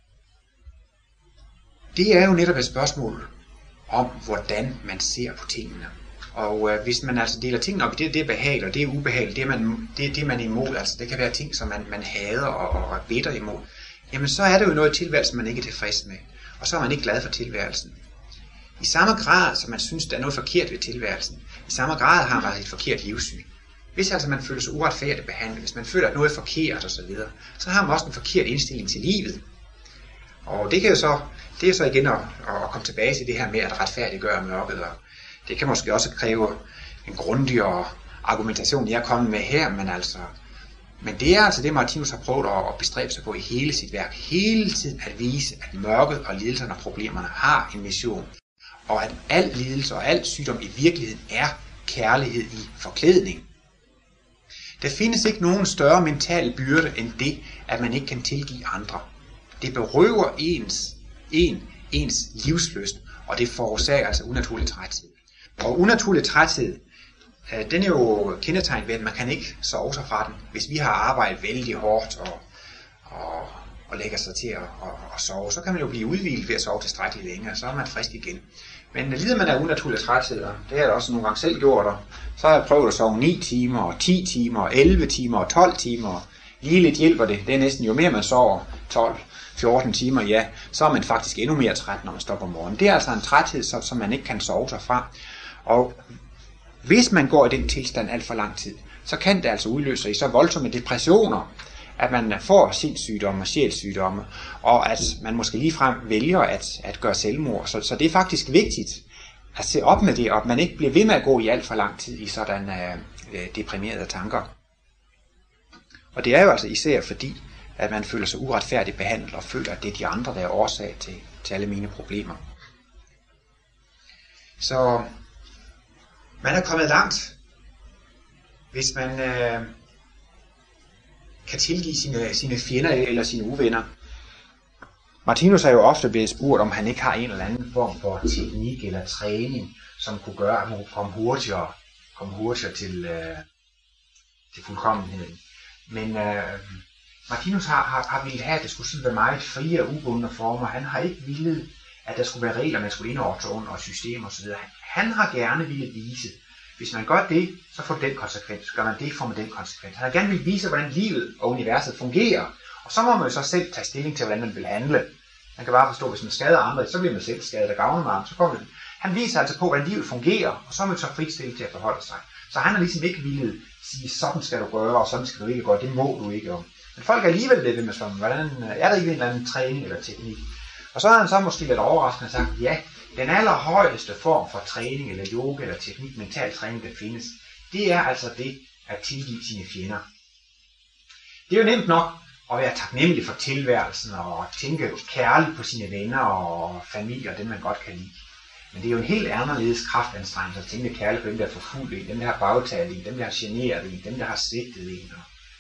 det er jo netop et spørgsmål om, hvordan man ser på tingene. Og øh, hvis man altså deler tingene op i det, det er behageligt, og det er ubehageligt, det er man, det, det er man imod, altså det kan være ting, som man, man hader og, og er bitter imod, jamen så er det jo noget i tilværelsen, man ikke er tilfreds med, og så er man ikke glad for tilværelsen. I samme grad, som man synes, der er noget forkert ved tilværelsen, i samme grad har man et forkert livssyn. Hvis altså man føler sig uretfærdigt behandlet, hvis man føler, at noget er forkert osv., så har man også en forkert indstilling til livet. Og det kan jo så, det er jo så igen at, at komme tilbage til det her med at retfærdiggøre mørket, og det kan måske også kræve en grundigere argumentation, jeg er kommet med her, men altså, men det er altså det, Martinus har prøvet at bestræbe sig på i hele sit værk, hele tiden at vise, at mørket og lidelserne og problemerne har en mission, og at al lidelse og al sygdom i virkeligheden er kærlighed i forklædning. Der findes ikke nogen større mental byrde end det, at man ikke kan tilgive andre. Det berøver ens, en, ens livslyst, og det forårsager altså unaturlig træthed. Og unaturlig træthed, den er jo kendetegnet ved, at man kan ikke sove sig fra den. Hvis vi har arbejdet vældig hårdt og, og, og lægger sig til at og, og sove, så kan man jo blive udhvilet ved at sove tilstrækkeligt længe, og så er man frisk igen. Men lider man af unaturlig træthed, og det har jeg også nogle gange selv gjort, og så har jeg prøvet at sove ni timer, og ti timer, og elleve timer, og tolv timer. Lige lidt hjælper det. Det er næsten, jo mere man sover, tolv fjorten timer, ja, så er man faktisk endnu mere træt, når man står op om morgenen. Det er altså en træthed, som, som man ikke kan sove sig fra. Og hvis man går i den tilstand alt for lang tid, så kan det altså udløse sig i så voldsomme depressioner, at man får sindssygdomme og sjælssygdomme, og at man måske ligefrem vælger at, at gøre selvmord. Så, så det er faktisk vigtigt at se op med det, og at man ikke bliver ved med at gå i alt for lang tid i sådan øh, deprimerede tanker. Og det er jo altså især fordi, at man føler sig uretfærdigt behandlet, og føler, at det er de andre, der er årsag til, til alle mine problemer. Så man er kommet langt, hvis man øh, kan tilgive sine, sine fjender eller sine uvenner. Martinus er jo ofte blevet spurgt, om han ikke har en eller anden form for teknik eller træning, som kunne gøre, at man kunne komme hurtigere, komme hurtigere til, øh, til fuldkommenheden. Men øh, Martinus har, har, har ville have, at det skulle sådan være meget frie og ubundne former. Han har ikke ville, at der skulle være regler, man skulle indordne under, og systemer osv. Han har gerne ville vise, hvis man gør det, så får det den konsekvens. Gør man det, får man den konsekvens. Han har gerne ville vise, hvordan livet og universet fungerer. Og så må man jo så selv tage stilling til, hvordan man vil handle. Man kan bare forstå, at hvis man skader andre, så bliver man selv skadet og gavner man. Så kommer man. Han viser altså på, hvordan livet fungerer, og så er man så frit stillet til at forholde sig. Så han har ligesom ikke ville sige, sådan skal du gøre, og sådan skal du ikke gøre, det må du ikke om. Men folk er alligevel lidt med sådan, hvordan er der ikke en eller anden træning eller teknik? Og så har han så måske lidt overraskende sagt, ja, den allerhøjeste form for træning eller yoga eller teknik, mental træning, der findes, det er altså det at tilgive sine fjender. Det er jo nemt nok at være taknemmelig for tilværelsen og tænke kærligt på sine venner og familie og dem, man godt kan lide. Men det er jo en helt anderledes kraftanstrengelse at tænke kærligt på dem, der har forfulgt en, dem, der har bagtalt en, dem, der har generet en, dem, der har svigtet en.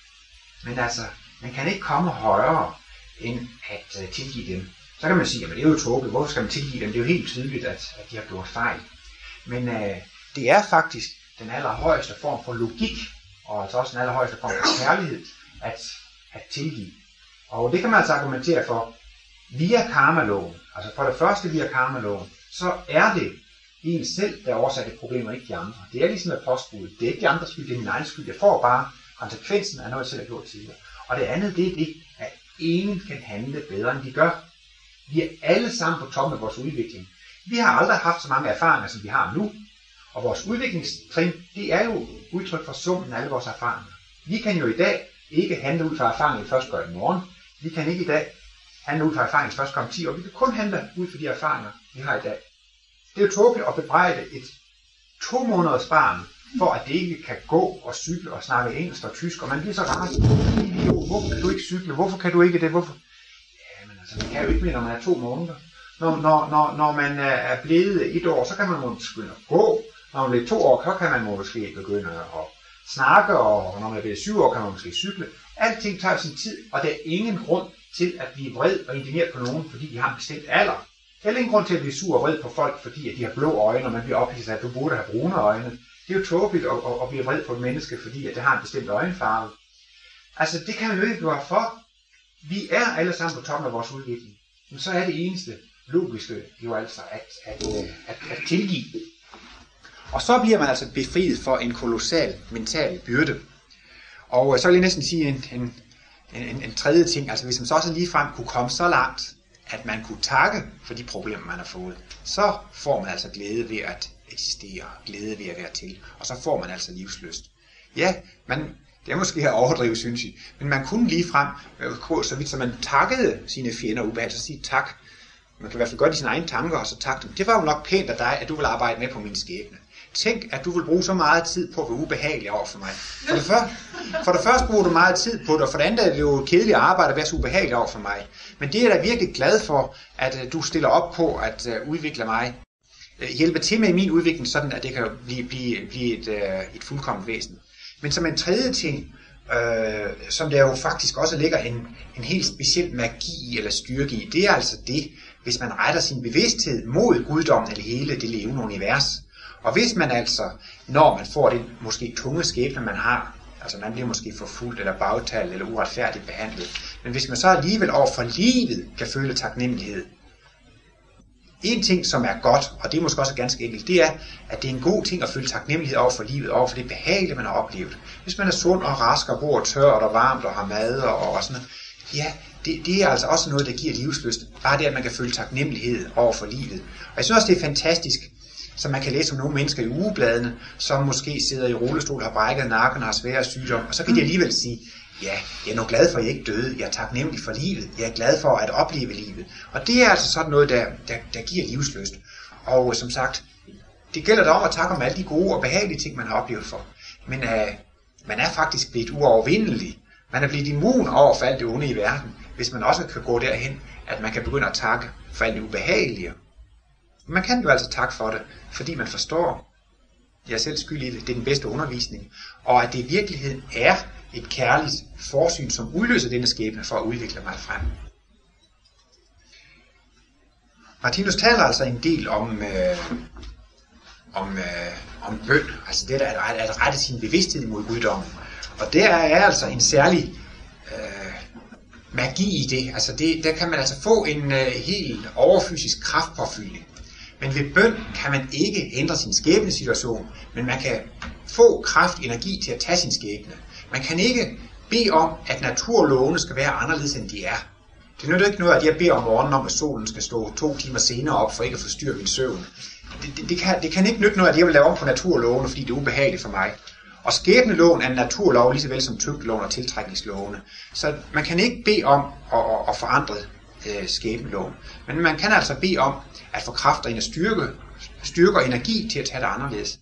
Men altså, man kan ikke komme højere end at uh, tilgive dem. Så kan man sige, at det er jo tåbeligt. Hvorfor skal man tilgive dem? Det er jo helt tydeligt, at, at de har gjort fejl. Men uh, det er faktisk den allerhøjeste form for logik, og altså også den allerhøjeste form for kærlighed, at, at tilgive. Og det kan man altså argumentere for via karmaloven. Altså for det første via karmaloven, så er det en selv, der oversætter problemer, ikke de andre. Det er ligesom et postbud. Det er ikke de andres skyld, det er min egen skyld. Jeg får bare konsekvensen af noget, jeg selv har gjort tidligere. Og det andet, det er det, at ingen kan handle bedre, end de gør. Vi er alle sammen på toppen af vores udvikling. Vi har aldrig haft så mange erfaringer, som vi har nu. Og vores udviklingstrin, det er jo udtryk for summen af alle vores erfaringer. Vi kan jo i dag ikke handle ud fra erfaringer, vi først gør i morgen. Vi kan ikke i dag handle ud fra erfaringer, vi først gør om ti år. Vi kan kun handle ud fra de erfaringer, vi har i dag. Det er jo tåbeligt at bebrejde et to måneders barn, for at det ikke kan gå og cykle og snakke engelsk og tysk, og man bliver så rasende. Hvorfor kan du ikke cykle? Hvorfor kan du ikke det? Hvorfor? Ja, men altså, man kan jo ikke mere, når man er to måneder. Når, når, når, når man er blevet et år, så kan man måske begynde at gå. Når man bliver to år, så kan man måske begynde at snakke, og når man bliver syv år, kan man måske cykle. Alting tager sin tid, og der er ingen grund til at blive vred og indigneret på nogen, fordi de har en bestemt alder. Der er ingen grund til at blive sur og vred på folk, fordi at de har blå øjne, og man bliver ophidset af, at du burde have brune øjne. Det er jo tåbeligt at, at, at blive vred på et menneske, fordi at det har en bestemt øjenfarve. Altså, det kan man jo ikke gøre for. Vi er alle sammen på toppen af vores udvikling. Men så er det eneste logiske jo altså at, at, at, at tilgive. Og så bliver man altså befriet for en kolossal mental byrde. Og så vil jeg næsten sige en, en, en, en tredje ting, altså hvis man så også ligefrem kunne komme så langt, at man kunne takke for de problemer, man har fået, så får man altså glæde ved at eksistere, glæde ved at være til, og så får man altså livslyst. Ja, man, det er måske at overdrive, synes jeg, men man kunne ligefrem gå så vidt, så man takkede sine fjender ubehageligt, så sige tak. Man kan i hvert fald gøre det i sine egne tanker, og så takke dem. Det var jo nok pænt af dig, at du vil arbejde med på min skæbne. Tænk, at du vil bruge så meget tid på at være ubehagelig over for mig. For det, første, for det første bruger du meget tid på det, og for det andet er det jo kedeligt at arbejde at være så ubehagelig over for mig. Men det er jeg da virkelig glad for, at du stiller op på at udvikle mig. Hjælpe til med i min udvikling, sådan at det kan blive, blive, blive et, et fuldkomment væsen. Men som en tredje ting, øh, som der jo faktisk også ligger en, en helt speciel magi eller styrke i, det er altså det, hvis man retter sin bevidsthed mod guddommen eller hele det levende univers. Og hvis man altså, når man får den måske tunge skæbne, man har, altså man bliver måske forfulgt eller bagtalt eller uretfærdigt behandlet, men hvis man så alligevel over for livet kan føle taknemmelighed. En ting, som er godt, og det er måske også ganske enkelt, det er, at det er en god ting at føle taknemmelighed over for livet, over for det behagelige, man har oplevet. Hvis man er sund og rask og bor tørt og varmt og har mad og, og sådan noget, ja, det, det er altså også noget, der giver livslyst. Bare det, at man kan føle taknemmelighed over for livet. Og jeg synes også, det er fantastisk, som man kan læse om nogle mennesker i ugebladene, som måske sidder i rullestol, har brækket nakken og har svære sygdom, og så kan de alligevel sige, ja, jeg er nu glad for, at jeg ikke døde, jeg er taknemmelig for livet, jeg er glad for at opleve livet. Og det er altså sådan noget, der, der, der giver livslyst. Og som sagt, det gælder da om at takke om alle de gode og behagelige ting, man har oplevet for. Men uh, man er faktisk blevet uovervindelig. Man er blevet immun over for alt det onde i verden, hvis man også kan gå derhen, at man kan begynde at takke for alt det ubehagelige. Man kan jo altså takke for det, fordi man forstår, jeg er selv skyld i det, det er den bedste undervisning, og at det i virkeligheden er et kærligt forsyn, som udløser denne skæbne for at udvikle mig frem. Martinus taler altså en del om, øh, om, øh, om bøn, altså det der at, at rette sin bevidsthed mod guddommen. Og der er altså en særlig øh, magi i det. Altså det, der kan man altså få en øh, helt overfysisk kraftpåfyldning. Men ved bøn kan man ikke ændre sin skæbnesituation, men man kan få kraft, energi til at tage sin skæbne. Man kan ikke bede om, at naturlovene skal være anderledes, end de er. Det nytter ikke noget, at jeg beder om morgenen om, at solen skal stå to timer senere op, for ikke at forstyrre min søvn. Det, det, det, kan, det kan ikke nytte noget, at jeg vil lave om på naturlovene, fordi det er ubehageligt for mig. Og skæbneloven er en naturlov, lige så vel som tyngdeloven og tiltrækningslovene. Så man kan ikke bede om at, at, at forandre øh, skæbneloven. Men man kan altså bede om at få kraft og styrke, styrke og energi til at tage det anderledes.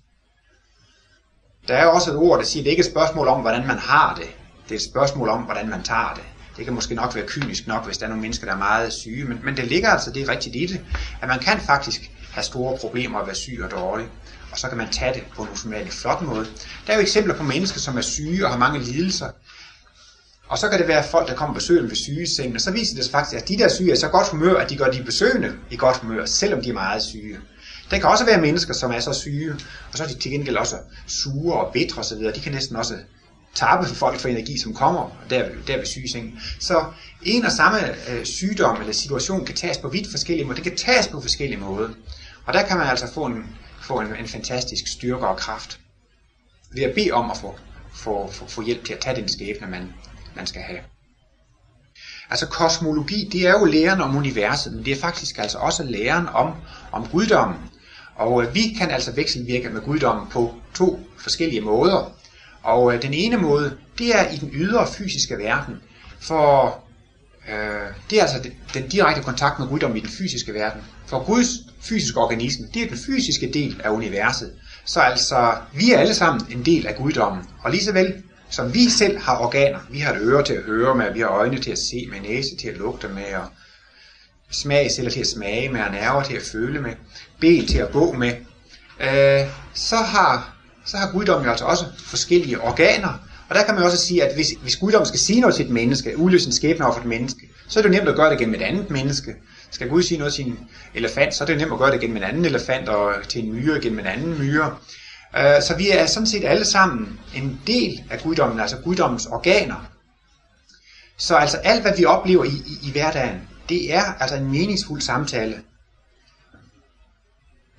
Der er jo også et ord, der siger, at det ikke er et spørgsmål om, hvordan man har det. Det er et spørgsmål om, hvordan man tager det. Det kan måske nok være kynisk nok, hvis der er nogle mennesker, der er meget syge. Men, men det ligger altså det er rigtigt i det, at man kan faktisk have store problemer at være syg og dårlig. Og så kan man tage det på en usædvanlig flot måde. Der er jo eksempler på mennesker, som er syge og har mange lidelser. Og så kan det være folk, der kommer og besøger dem ved sygesengen. Og så viser det sig faktisk, at de der syge er så godt humør, at de gør de besøgende i godt humør, selvom de er meget syge. Der kan også være mennesker, som er så syge, og så er de til gengæld også sure og bitre osv. De kan næsten også tabe for folk for energi, som kommer der, der ved sygesengen. Så en og samme øh, sygdom eller situation kan tages på vidt forskellige måder. Det kan tages på forskellige måder. Og der kan man altså få en, få en, en fantastisk styrke og kraft ved at bede om at få, få, få, få hjælp til at tage den skæbne, man, man skal have. Altså kosmologi, det er jo læren om universet, men det er faktisk altså også læren om, om guddommen. Og øh, vi kan altså vekselvirke med guddommen på to forskellige måder. Og øh, den ene måde, det er i den ydre fysiske verden. For øh, det er altså den direkte kontakt med guddommen i den fysiske verden. For Guds fysiske organisme, det er den fysiske del af universet. Så altså, vi er alle sammen en del af guddommen. Og lige så vel som vi selv har organer, vi har et øre til at høre med, vi har øjne til at se med, næse til at lugte med, og smagsceller til at smage med, og nerver til at føle med, ben til at gå med, øh, så har så har guddommen jo altså også forskellige organer. Og der kan man også sige, at hvis, hvis guddommen skal sige noget til et menneske, udløse en skæbne over for et menneske, så er det jo nemt at gøre det gennem et andet menneske. Skal Gud sige noget til en elefant, så er det nemt at gøre det gennem en anden elefant, og til en myre gennem en anden myre. Så vi er sådan set alle sammen en del af guddommen, altså guddommens organer. Så altså alt, hvad vi oplever i, i, i hverdagen, det er altså en meningsfuld samtale.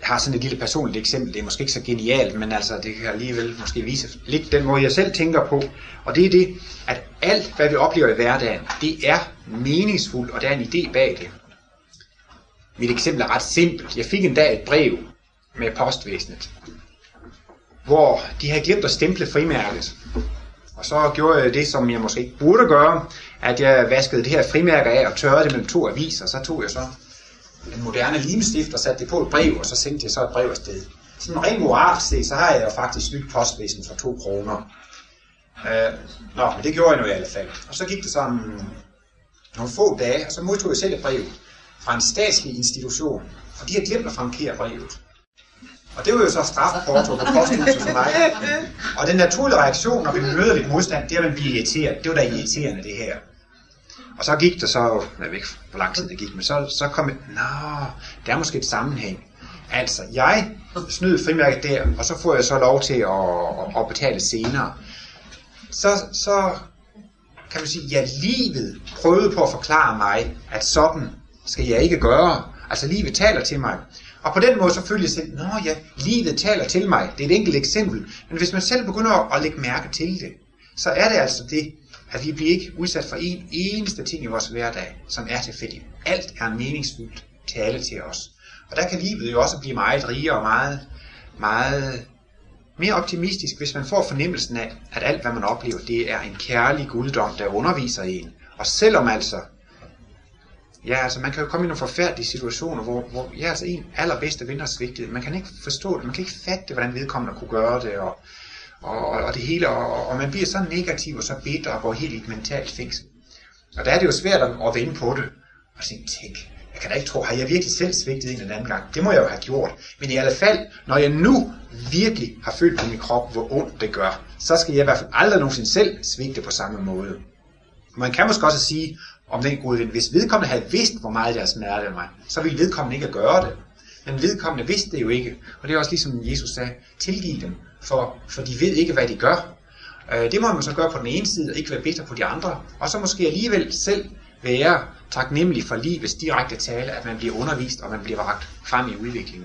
har sådan et lille personligt eksempel, det er måske ikke så genialt, men altså det kan alligevel måske vise lidt den måde, jeg selv tænker på. Og det er det, at alt, hvad vi oplever i hverdagen, det er meningsfuldt, og der er en idé bag det. Mit eksempel er ret simpelt. Jeg fik en dag et brev med postvæsenet, hvor de havde glemt at stemple frimærket. Og så gjorde jeg det, som jeg måske ikke burde gøre, at jeg vaskede det her frimærke af og tørrede det mellem to aviser. Så tog jeg så en moderne limstift og satte det på et brev, og så sendte jeg så et brev afsted. Sådan rent moralsk set, så har jeg jo faktisk snydt postvæsenet for to kroner. Øh, nå, men det gjorde jeg nu i alle fald. Og så gik det sådan nogle få dage, og så modtog jeg selv et brev fra en statslig institution, og de har glemt at frankere brevet. Og det var jo så strafporto på posthuset for mig. Og den naturlige reaktion, når vi møder lidt modstand, det er, at man bliver irriteret. Det var da irriterende, det her. Og så gik der så, jeg ved ikke, hvor lang tid det gik, men så, så kom jeg, nå, der er måske et sammenhæng. Altså, jeg snød frimærket der, og så får jeg så lov til at, at betale senere. Så, så kan man sige, ja, livet prøvede på at forklare mig, at sådan skal jeg ikke gøre. Altså, livet taler til mig. Og på den måde så føler jeg selv, nå ja, livet taler til mig. Det er et enkelt eksempel. Men hvis man selv begynder at lægge mærke til det, så er det altså det, at vi bliver ikke udsat for en eneste ting i vores hverdag, som er tilfældigt. Alt er en meningsfuldt tale til os. Og der kan livet jo også blive meget rigere og meget, meget mere optimistisk, hvis man får fornemmelsen af, at alt hvad man oplever, det er en kærlig guddom, der underviser en. Og selvom altså, ja, altså man kan jo komme i nogle forfærdelige situationer, hvor, hvor ja, altså en allerbedste ven har svigtet. Man kan ikke forstå det, man kan ikke fatte det, hvordan vedkommende kunne gøre det, og, og, og det hele, og, og man bliver så negativ og så bitter og går helt i et mentalt fængsel. Og der er det jo svært at, at vende på det, og tænke, tænk, jeg kan da ikke tro, har jeg virkelig selv svigtet en eller anden gang? Det må jeg jo have gjort. Men i alle fald, når jeg nu virkelig har følt på min krop, hvor ondt det gør, så skal jeg i hvert fald aldrig nogensinde selv svigte på samme måde. Man kan måske også sige om den gode ven, hvis vedkommende havde vidst, hvor meget der smertede mig, så ville vedkommende ikke gøre det. Men vedkommende vidste det jo ikke. Og det er også ligesom Jesus sagde, tilgiv dem, for, for de ved ikke, hvad de gør. Det må man så gøre på den ene side, og ikke være bitter på de andre. Og så måske alligevel selv være taknemmelig for livets direkte tale, at man bliver undervist, og man bliver rakt frem i udviklingen.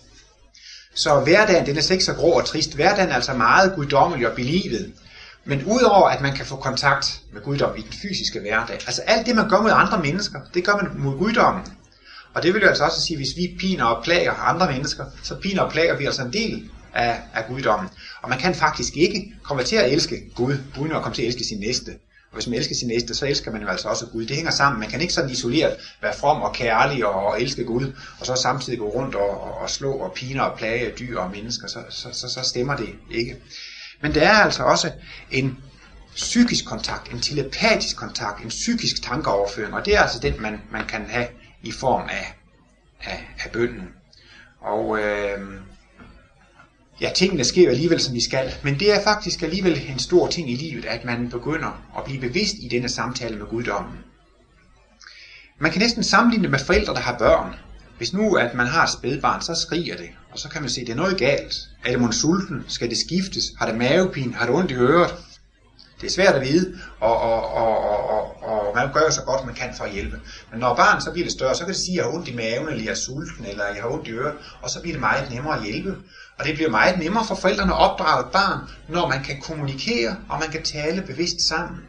Så hverdagen, den er slet ikke så grå og trist. Hverdagen er altså meget guddommelig og belivet. Men udover at man kan få kontakt med guddom i den fysiske hverdag, altså alt det man gør mod andre mennesker, det gør man mod guddommen. Og det vil jo altså også sige, at hvis vi piner og plager andre mennesker, så piner og plager vi altså en del af, af guddommen. Og man kan faktisk ikke komme til at elske Gud, uden at komme til at elske sin næste. Og hvis man elsker sin næste, så elsker man jo altså også Gud. Det hænger sammen. Man kan ikke sådan isoleret være from og kærlig og, og elske Gud, og så samtidig gå rundt og, og, og slå og piner og plage dyr og mennesker. Så, så, så, så stemmer det ikke. Men der er altså også en psykisk kontakt, en telepatisk kontakt, en psykisk tankeoverføring, og det er altså den, man, man kan have i form af, af, af bønnen. Og øh, ja, tingene sker jo alligevel, som de skal, men det er faktisk alligevel en stor ting i livet, at man begynder at blive bevidst i denne samtale med guddommen. Man kan næsten sammenligne det med forældre, der har børn. Hvis nu at man har et spædbarn, så skriger det, og så kan man se, at det er noget galt. Er det mon sulten? Skal det skiftes? Har det mavepine? Har det ondt i øret? Det er svært at vide, og, og, og, og, og man gør jo så godt, man kan for at hjælpe. Men når barnet så bliver det større, så kan det sige, at jeg har ondt i maven, eller jeg er sulten, eller jeg har ondt i øret, og så bliver det meget nemmere at hjælpe. Og det bliver meget nemmere for forældrene at opdrage et barn, når man kan kommunikere, og man kan tale bevidst sammen.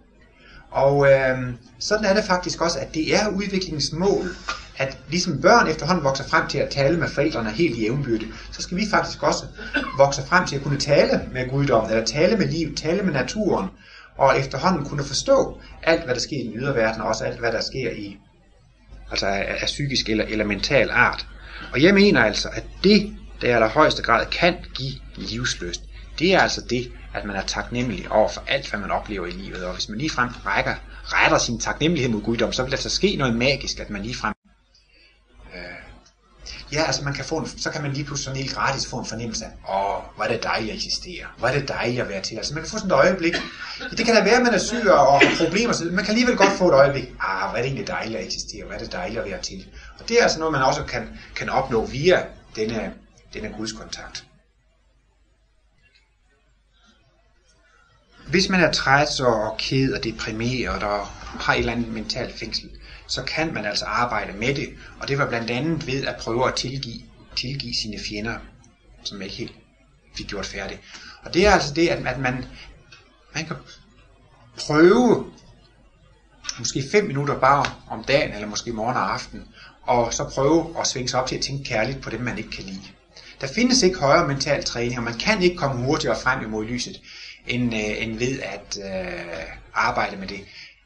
Og øh, sådan er det faktisk også, at det er udviklingens mål, at ligesom børn efterhånden vokser frem til at tale med forældrene helt jævnbyrdigt, så skal vi faktisk også vokse frem til at kunne tale med guddommen, eller tale med livet, tale med naturen, og efterhånden kunne forstå alt, hvad der sker i den ydre verden, og også alt, hvad der sker i, altså af, af psykisk eller, eller mental art. Og jeg mener altså, at det, der i allerhøjeste grad kan give livslyst, det er altså det, at man er taknemmelig over for alt, hvad man oplever i livet. Og hvis man ligefrem rækker, retter sin taknemmelighed mod guddom, så vil der så ske noget magisk, at man ligefrem Ja, altså man kan få en, så kan man lige pludselig sådan helt gratis få en fornemmelse af, åh, hvor er det dejligt at eksistere, hvor er det dejligt at være til. Altså man kan få sådan et øjeblik. Det kan da være, at man er syg og har problemer, så man kan alligevel godt få et øjeblik. Ah, hvor er det egentlig dejligt at eksistere, hvor er det dejligt at være til. Og det er altså noget, man også kan, kan opnå via denne, denne gudskontakt. Hvis man er træt og ked og deprimeret og har et eller andet mentalt fængsel, så kan man altså arbejde med det, og det var blandt andet ved at prøve at tilgive tilgive sine fjender, som ikke helt fik gjort færdigt. Og det er altså det, at, at man, man kan prøve måske fem minutter bare om dagen, eller måske morgen og aften, og så prøve at svinge sig op til at tænke kærligt på dem, man ikke kan lide. Der findes ikke højere mental træning, og man kan ikke komme hurtigere frem imod lyset, end, øh, end ved at øh, arbejde med det.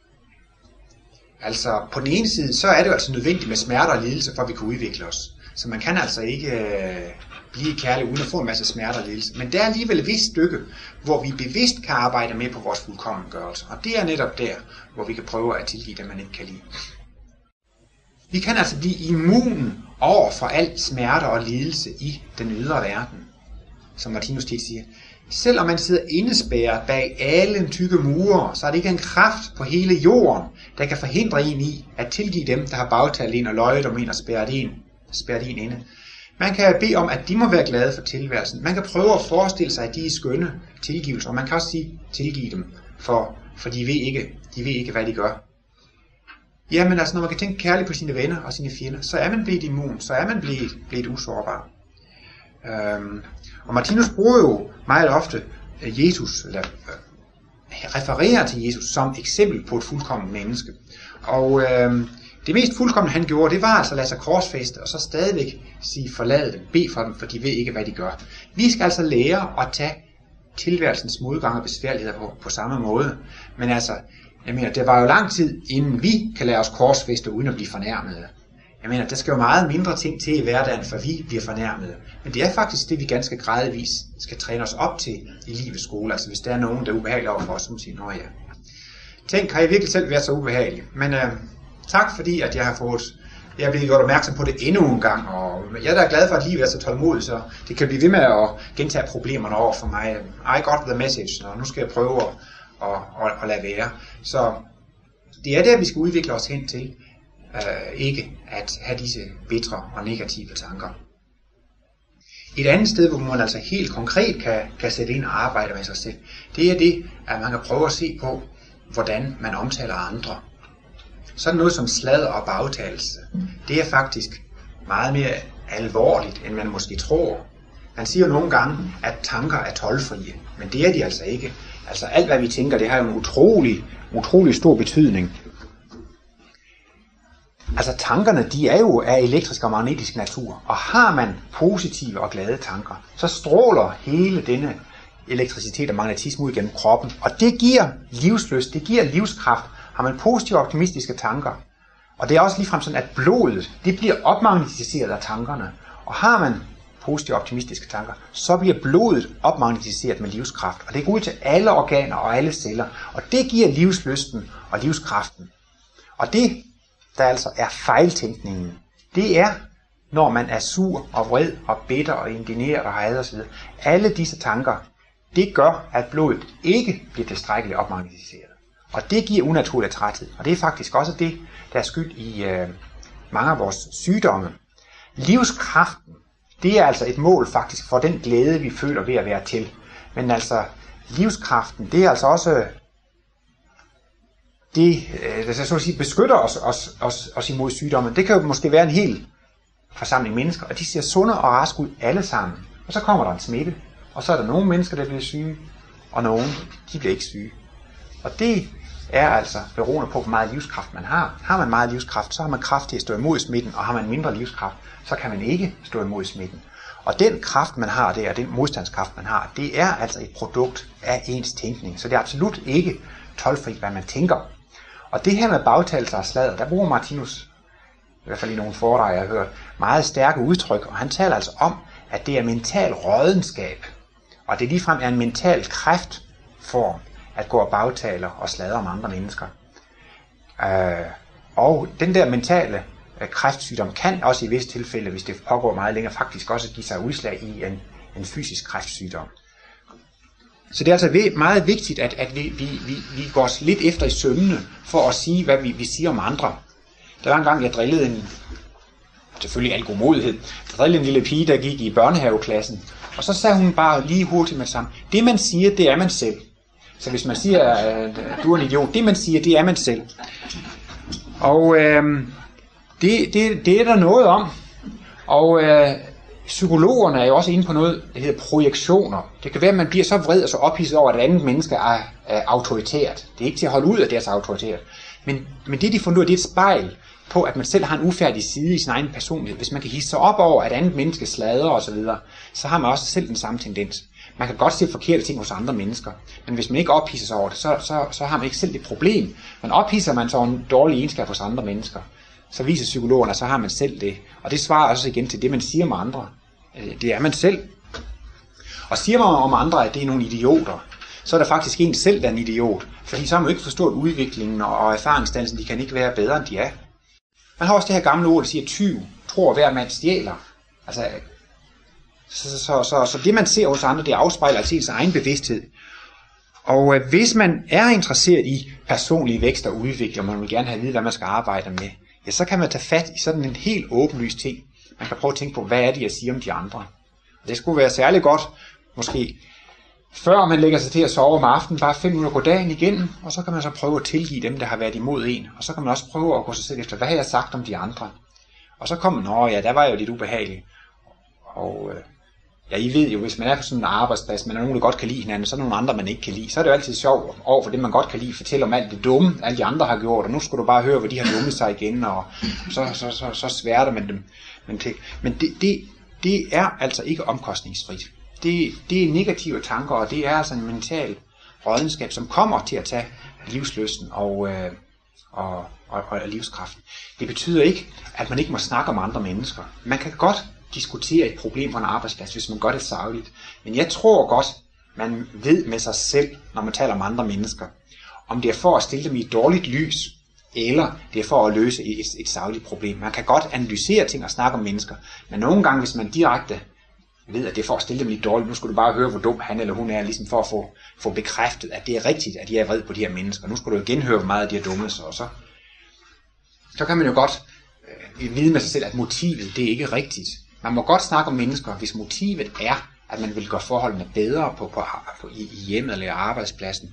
Altså, på den ene side, så er det jo altså nødvendigt med smerter og lidelse, for at vi kan udvikle os. Så man kan altså ikke øh, blive kærlig uden at få en masse smerter og lidelse. Men der er alligevel et vist stykke, hvor vi bevidst kan arbejde med på vores fuldkommengørelse. Og det er netop der, hvor vi kan prøve at tilgive det, man ikke kan lide. Vi kan altså blive immun over for al smerte og lidelse i den ydre verden, som Martinus tit siger. Selvom man sidder indespærret bag alle tykke mure, så er det ikke en kraft på hele jorden, der kan forhindre en i at tilgive dem, der har bagtalt en og løjet om en og spærret en, spærret en inde. Man kan bede om, at de må være glade for tilværelsen. Man kan prøve at forestille sig, at de er skønne tilgivelser, og man kan også sige, tilgive dem, for, for de, ved ikke, de ved ikke, hvad de gør. Jamen altså, når man kan tænke kærligt på sine venner og sine fjender, så er man blevet immun, så er man blevet, blevet usårbar. Øhm, og Martinus bruger jo meget ofte Jesus, eller øh, refererer til Jesus som eksempel på et fuldkomment menneske. Og øh, det mest fuldkomne han gjorde, det var altså at lade sig korsfæste, og så stadigvæk sige forlad dem, bed for dem, for de ved ikke, hvad de gør. Vi skal altså lære at tage tilværelsens modgang og besværligheder på, på samme måde. Men altså, jeg mener, det var jo lang tid, inden vi kan lade os korsfæste uden at blive fornærmede. Jeg mener, der skal jo meget mindre ting til i hverdagen, for vi bliver fornærmede. Men det er faktisk det, vi ganske gradvis skal træne os op til i livets skole. Altså hvis der er nogen, der er ubehagelige over for os, så må sige, nå ja. Tænk, har jeg virkelig selv været så ubehagelig? Men øh, tak fordi, at jeg har fået, jeg er blevet gjort opmærksom på det endnu en gang. Og jeg er da glad for, at livet er så tålmodigt, så det kan blive ved med at gentage problemerne over for mig. I got the message, og nu skal jeg prøve at, at, at, at lade være. Så det er der, vi skal udvikle os hen til. Uh, ikke at have disse bitre og negative tanker. Et andet sted, hvor man altså helt konkret kan, kan sætte ind og arbejde med sig selv, det er det, at man kan prøve at se på, hvordan man omtaler andre. Sådan noget som sladder og bagtalelse, det er faktisk meget mere alvorligt, end man måske tror. Man siger jo nogle gange, at tanker er toldfrie, men det er de altså ikke. Altså alt, hvad vi tænker, det har jo en utrolig, utrolig stor betydning. Altså tankerne, de er jo af elektrisk og magnetisk natur, og har man positive og glade tanker, så stråler hele denne elektricitet og magnetisme ud gennem kroppen, og det giver livslyst, det giver livskraft. Har man positive og optimistiske tanker, og det er også ligefrem sådan, at blodet, det bliver opmagnetiseret af tankerne, og har man positive og optimistiske tanker, så bliver blodet opmagnetiseret med livskraft, og det går ud til alle organer og alle celler, og det giver livslysten og livskraften. Og det der altså er fejltænkningen, det er, når man er sur og vred og bitter og indigneret og had osv. Alle disse tanker, det gør, at blodet ikke bliver tilstrækkeligt opmagnetiseret. Og det giver unaturlig træthed. Og det er faktisk også det, der er skyld i øh, mange af vores sygdomme. Livskraften, det er altså et mål faktisk for den glæde, vi føler ved at være til. Men altså, livskraften, det er altså også det, der så at sige, beskytter os, os, os, os imod sygdommen. Det kan jo måske være en hel forsamling mennesker, og de ser sunde og raske ud alle sammen. Og så kommer der en smitte, og så er der nogle mennesker, der bliver syge, og nogle, de bliver ikke syge. Og det er altså beroende på, hvor meget livskraft man har. Har man meget livskraft, så har man kraft til at stå imod smitten, og har man mindre livskraft, så kan man ikke stå imod smitten. Og den kraft, man har der, den modstandskraft, man har, det er altså et produkt af ens tænkning. Så det er absolut ikke toldfrit, hvad man tænker. Og det her med bagtalelser og sladder, der bruger Martinus, i hvert fald i nogle foredrag, jeg har hørt, meget stærke udtryk, og han taler altså om, at det er mental rådenskab, og det ligefrem er en mental kræftform, at gå og bagtaler og sladre om andre mennesker. Øh, og den der mentale øh, kræftsygdom kan også i visse tilfælde, hvis det pågår meget længere, faktisk også give sig udslag i en, en fysisk kræftsygdom. Så det er altså meget vigtigt, at, at vi, vi, vi, vi går os lidt efter i sømmene, for at sige, hvad vi, vi siger om andre. Der var en gang, jeg drillede en, selvfølgelig al godmodighed, jeg drillede en lille pige, der gik i børnehaveklassen, og så sagde hun bare lige hurtigt med det samme, det man siger, det er man selv. Så hvis man siger, at du er en idiot, det man siger, det er man selv. Og øh, det, det, det er der noget om, og øh, Psykologerne er jo også inde på noget, der hedder projektioner. Det kan være, at man bliver så vred og så ophidset over, at et andet menneske er, er autoritært. Det er ikke til at holde ud af deres autoritært. Men, men det, de fundet ud af, det er et spejl på, at man selv har en ufærdig side i sin egen personlighed. Hvis man kan hisse sig op over, at andet menneske slader osv., så, så har man også selv den samme tendens. Man kan godt se forkerte ting hos andre mennesker, men hvis man ikke ophidser sig over det, så, så, så har man ikke selv det problem. Men ophidser man så en dårlig egenskab hos andre mennesker, så viser psykologerne, at så har man selv det. Og det svarer også igen til det, man siger om andre. Det er man selv. Og siger man om andre, at det er nogle idioter, så er der faktisk en selv, der er en idiot. Fordi så har man jo ikke forstået udviklingen og erfaringsdannelsen, de kan ikke være bedre, end de er. Man har også det her gamle ord, der siger, tyv, tror hver mand stjæler. Altså, så, så, så, så det man ser hos andre, det afspejler altså ens egen bevidsthed. Og øh, hvis man er interesseret i personlig vækst og udvikling, og man vil gerne have at vide, hvad man skal arbejde med, ja, så kan man tage fat i sådan en helt åbenlyst ting. Man kan prøve at tænke på, hvad er det, jeg siger om de andre. Det skulle være særlig godt, måske, før man lægger sig til at sove om aftenen, bare fem minutter gå dagen igen, og så kan man så prøve at tilgive dem, der har været imod en. Og så kan man også prøve at gå sig selv efter, hvad har jeg sagt om de andre? Og så kommer man, åh ja, der var jo lidt ubehageligt. Og øh, ja, I ved jo, hvis man er på sådan en arbejdsplads, man er nogen, der godt kan lide hinanden, så er der nogle andre, man ikke kan lide. Så er det jo altid sjovt over for det, man godt kan lide, fortælle om alt det dumme, alle de andre har gjort, og nu skal du bare høre, hvor de har dummet sig igen, og så, så, så, så sværter man dem. Men, det, men det, det, det er altså ikke omkostningsfrit. Det, det er negative tanker, og det er altså en mental rådenskab, som kommer til at tage livslysten og, øh, og, og, og livskraften. Det betyder ikke, at man ikke må snakke om andre mennesker. Man kan godt diskutere et problem på en arbejdsplads, hvis man gør det sagligt. Men jeg tror godt, man ved med sig selv, når man taler om andre mennesker, om det er for at stille dem i et dårligt lys, eller det er for at løse et, et sagligt problem. Man kan godt analysere ting og snakke om mennesker, men nogle gange, hvis man direkte ved, at det er for at stille dem i et dårligt, nu skulle du bare høre, hvor dum han eller hun er, ligesom for at få, få bekræftet, at det er rigtigt, at de er vred på de her mennesker. Nu skulle du igen høre, hvor meget de er dumme, så, og så, så kan man jo godt øh, vide med sig selv, at motivet, det er ikke rigtigt. Man må godt snakke om mennesker, hvis motivet er, at man vil gøre forholdene bedre på, på, på, i, i hjemmet eller arbejdspladsen.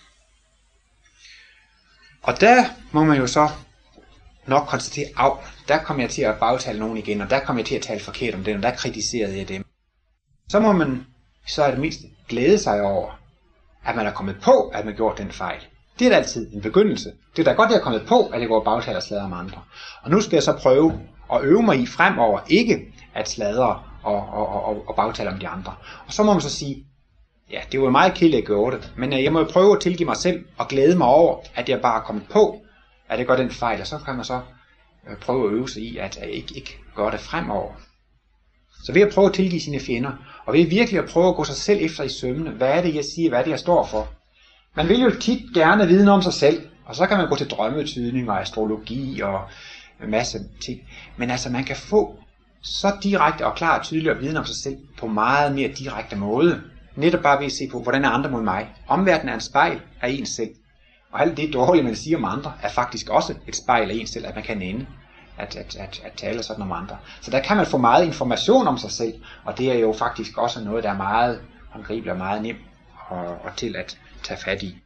Og der må man jo så nok konstatere, at der kom jeg til at bagtale nogen igen, og der kom jeg til at tale forkert om den, og der kritiserede jeg dem. Så må man så er det mindst glæde sig over, at man er kommet på, at man har gjort den fejl. Det er da altid en begyndelse. Det er da godt, at jeg er kommet på, at jeg går og bagtaler og slader om andre. Og nu skal jeg så prøve at øve mig i fremover ikke at sladre og, og, og, og bagtale om de andre. Og så må man så sige, ja, det var meget kedeligt, at jeg gjorde det, men jeg må jo prøve at tilgive mig selv og glæde mig over, at jeg bare er kommet på, at jeg gør den fejl, og så kan man så prøve at øve sig i, at jeg ikke, ikke gør det fremover. Så ved at prøve at tilgive sine fjender, og ved virkelig at prøve at gå sig selv efter i sømmene, hvad er det, jeg siger, hvad er det, jeg står for? Man vil jo tit gerne vide noget om sig selv, og så kan man gå til drømmetydning og astrologi og en masse ting. Men altså, man kan få så direkte og klar og tydelig viden om sig selv på meget mere direkte måde. Netop bare ved at se på, hvordan er andre mod mig. Omverdenen er en spejl af en selv. Og alt det dårlige, man siger om andre, er faktisk også et spejl af en selv, at man kan ende at, at, at, at tale sådan om andre. Så der kan man få meget information om sig selv, og det er jo faktisk også noget, der er meget håndgribeligt og meget nemt og, og til at tage fat i.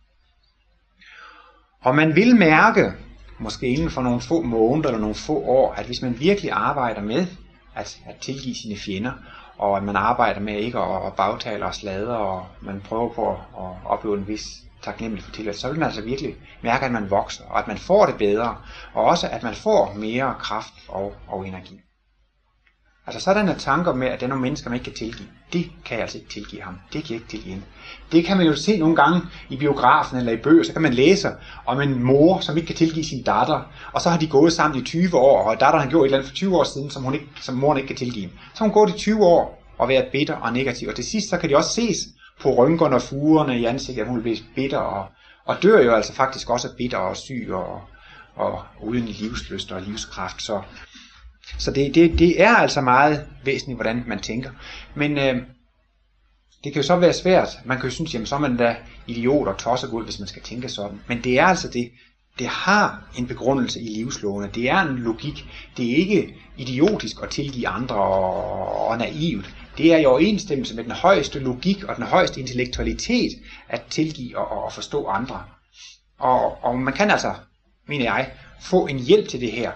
Og man vil mærke, måske inden for nogle få måneder eller nogle få år, at hvis man virkelig arbejder med at, at tilgive sine fjender, og at man arbejder med ikke at, at bagtale og sladre, og man prøver på at, at opleve en vis taknemmelig for tilværelse, så vil man altså virkelig mærke, at man vokser, og at man får det bedre, og også at man får mere kraft og, og energi. Altså sådanne tanker med, at der er nogle mennesker, man ikke kan tilgive, det kan jeg altså ikke tilgive ham, det kan jeg ikke tilgive hende. Det kan man jo se nogle gange i biografen eller i bøger, så kan man læse om en mor, som ikke kan tilgive sin datter, og så har de gået sammen i tyve år, og datteren har gjort et eller andet for tyve år siden, som, hun ikke, som moren ikke kan tilgive. Så har hun gået i tyve år og været bitter og negativ, og til sidst så kan de også ses på rynkerne og fugerne i ansigtet, at hun bliver bitter, og, og dør jo altså faktisk også bitter og syg og, og uden livslyst og livskraft. Så, så det, det, det er altså meget væsentligt, hvordan man tænker. Men øh, det kan jo så være svært. Man kan jo synes, jamen så er man da idiot og tossegud, hvis man skal tænke sådan. Men det er altså det. Det har en begrundelse i livslovene. Det er en logik. Det er ikke idiotisk at tilgive andre og, og naivt. Det er i overensstemmelse med den højeste logik og den højeste intellektualitet at tilgive og, og forstå andre. Og, og man kan altså, mener jeg, få en hjælp til det her.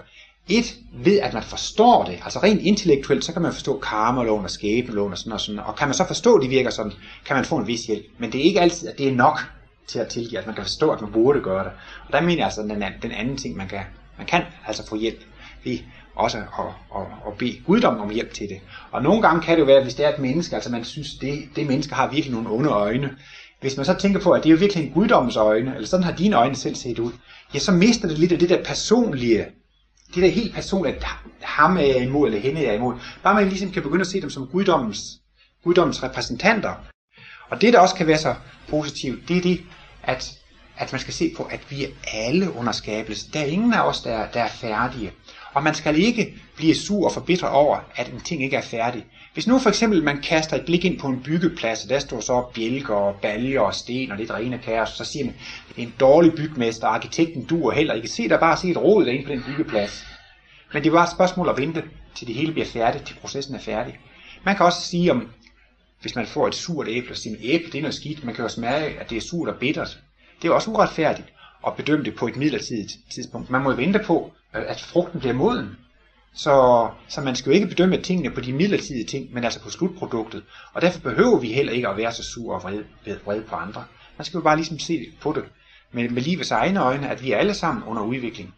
et, ved at man forstår det, altså rent intellektuelt, så kan man forstå karma-loven og skæbneloven og sådan og sådan, og kan man så forstå, at det virker sådan, kan man få en vis hjælp. Men det er ikke altid, at det er nok til at tilgive, at man kan forstå, at man burde gøre det. Og der mener jeg altså, den, den anden ting, man kan, man kan altså få hjælp ved også at, at, at bede guddommen om hjælp til det. Og nogle gange kan det jo være, hvis det er et menneske, altså man synes, det, det menneske har virkelig nogle onde øjne. Hvis man så tænker på, at det er jo virkelig en guddommens øjne, eller sådan har dine øjne selv set ud, ja, så mister det lidt af det der personlige, det der helt personligt, at ham er jeg imod, eller hende er jeg imod. Bare man ligesom kan begynde at se dem som guddommens, guddommens repræsentanter. Og det, der også kan være så positivt, det er det, at, at man skal se på, at vi er alle under skabelse. Der er ingen af os, der, der er færdige. Og man skal ikke blive sur og forbitret over, at en ting ikke er færdig. Hvis nu for eksempel man kaster et blik ind på en byggeplads, og der står så bjælker og baljer og sten og lidt rene kaos, så siger man, det er en dårlig bygmester, arkitekten duer heller. I kan se, der bare se et rod derinde på den byggeplads. Men det er bare et spørgsmål at vente, til det hele bliver færdigt, til processen er færdig. Man kan også sige om, hvis man får et surt æble, og siger, at æble det er noget skidt, man kan jo smage, at det er surt og bittert. Det er jo også uretfærdigt at bedømme det på et midlertidigt tidspunkt. Man må jo vente på, at frugten bliver moden. Så, så man skal jo ikke bedømme tingene på de midlertidige ting, men altså på slutproduktet. Og derfor behøver vi heller ikke at være så sur og vrede, vrede på andre. Man skal jo bare ligesom se på det med, med livets egne øjne, at vi er alle sammen under udvikling.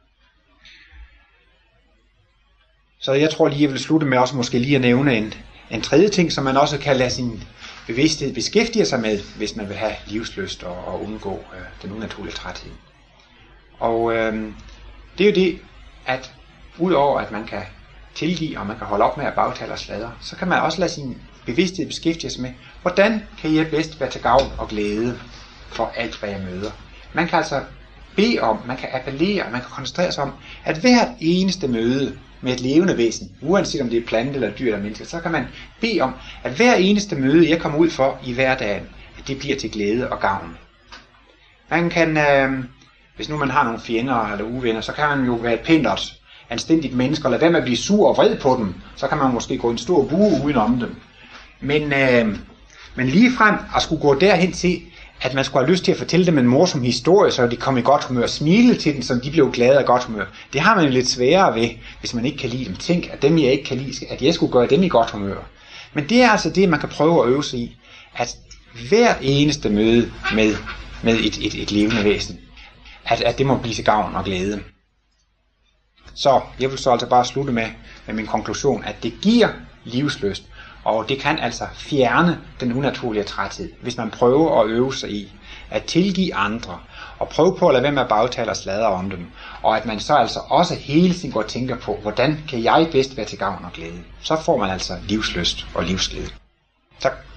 Så jeg tror lige, jeg vil slutte med også måske lige at nævne en, en tredje ting, som man også kan lade sin bevidsthed beskæftige sig med, hvis man vil have livslyst og, og undgå øh, den unaturlige træthed. Og øh, det er jo det, at udover at man kan tilgive, og man kan holde op med at bagtale og sladre, så kan man også lade sin bevidsthed beskæftige sig med, hvordan kan jeg bedst være til gavn og glæde for alt, hvad jeg møder. Man kan altså bede om, man kan appellere, man kan koncentrere sig om, at hvert eneste møde med et levende væsen, uanset om det er plante eller dyr eller menneske, så kan man bede om, at hver eneste møde, jeg kommer ud for i hverdagen, at det bliver til glæde og gavn. Man kan, øh, hvis nu man har nogle fjender eller uvenner, så kan man jo være et pænt og anstændigt menneske, og lade være med at blive sur og vred på dem, så kan man måske gå en stor bue udenom dem. Men, øh, men lige frem at skulle gå derhen til, at man skulle have lyst til at fortælle dem en morsom historie, så de kom i godt humør og smile til den, så de blev glade af godt humør. Det har man jo lidt sværere ved, hvis man ikke kan lide dem. Tænk, at dem jeg ikke kan lide, at jeg skulle gøre dem i godt humør. Men det er altså det, man kan prøve at øve sig i, at hver eneste møde med, med et, et, et levende væsen, at, at det må blive til gavn og glæde. Så jeg vil så altså bare slutte med, med min konklusion, at det giver livslyst, og det kan altså fjerne den unaturlige træthed, hvis man prøver at øve sig i at tilgive andre, og prøve på at lade være med at bagtale og sladre om dem, og at man så altså også hele tiden går og tænker på, hvordan kan jeg bedst være til gavn og glæde. Så får man altså livslyst og livsglæde. Tak.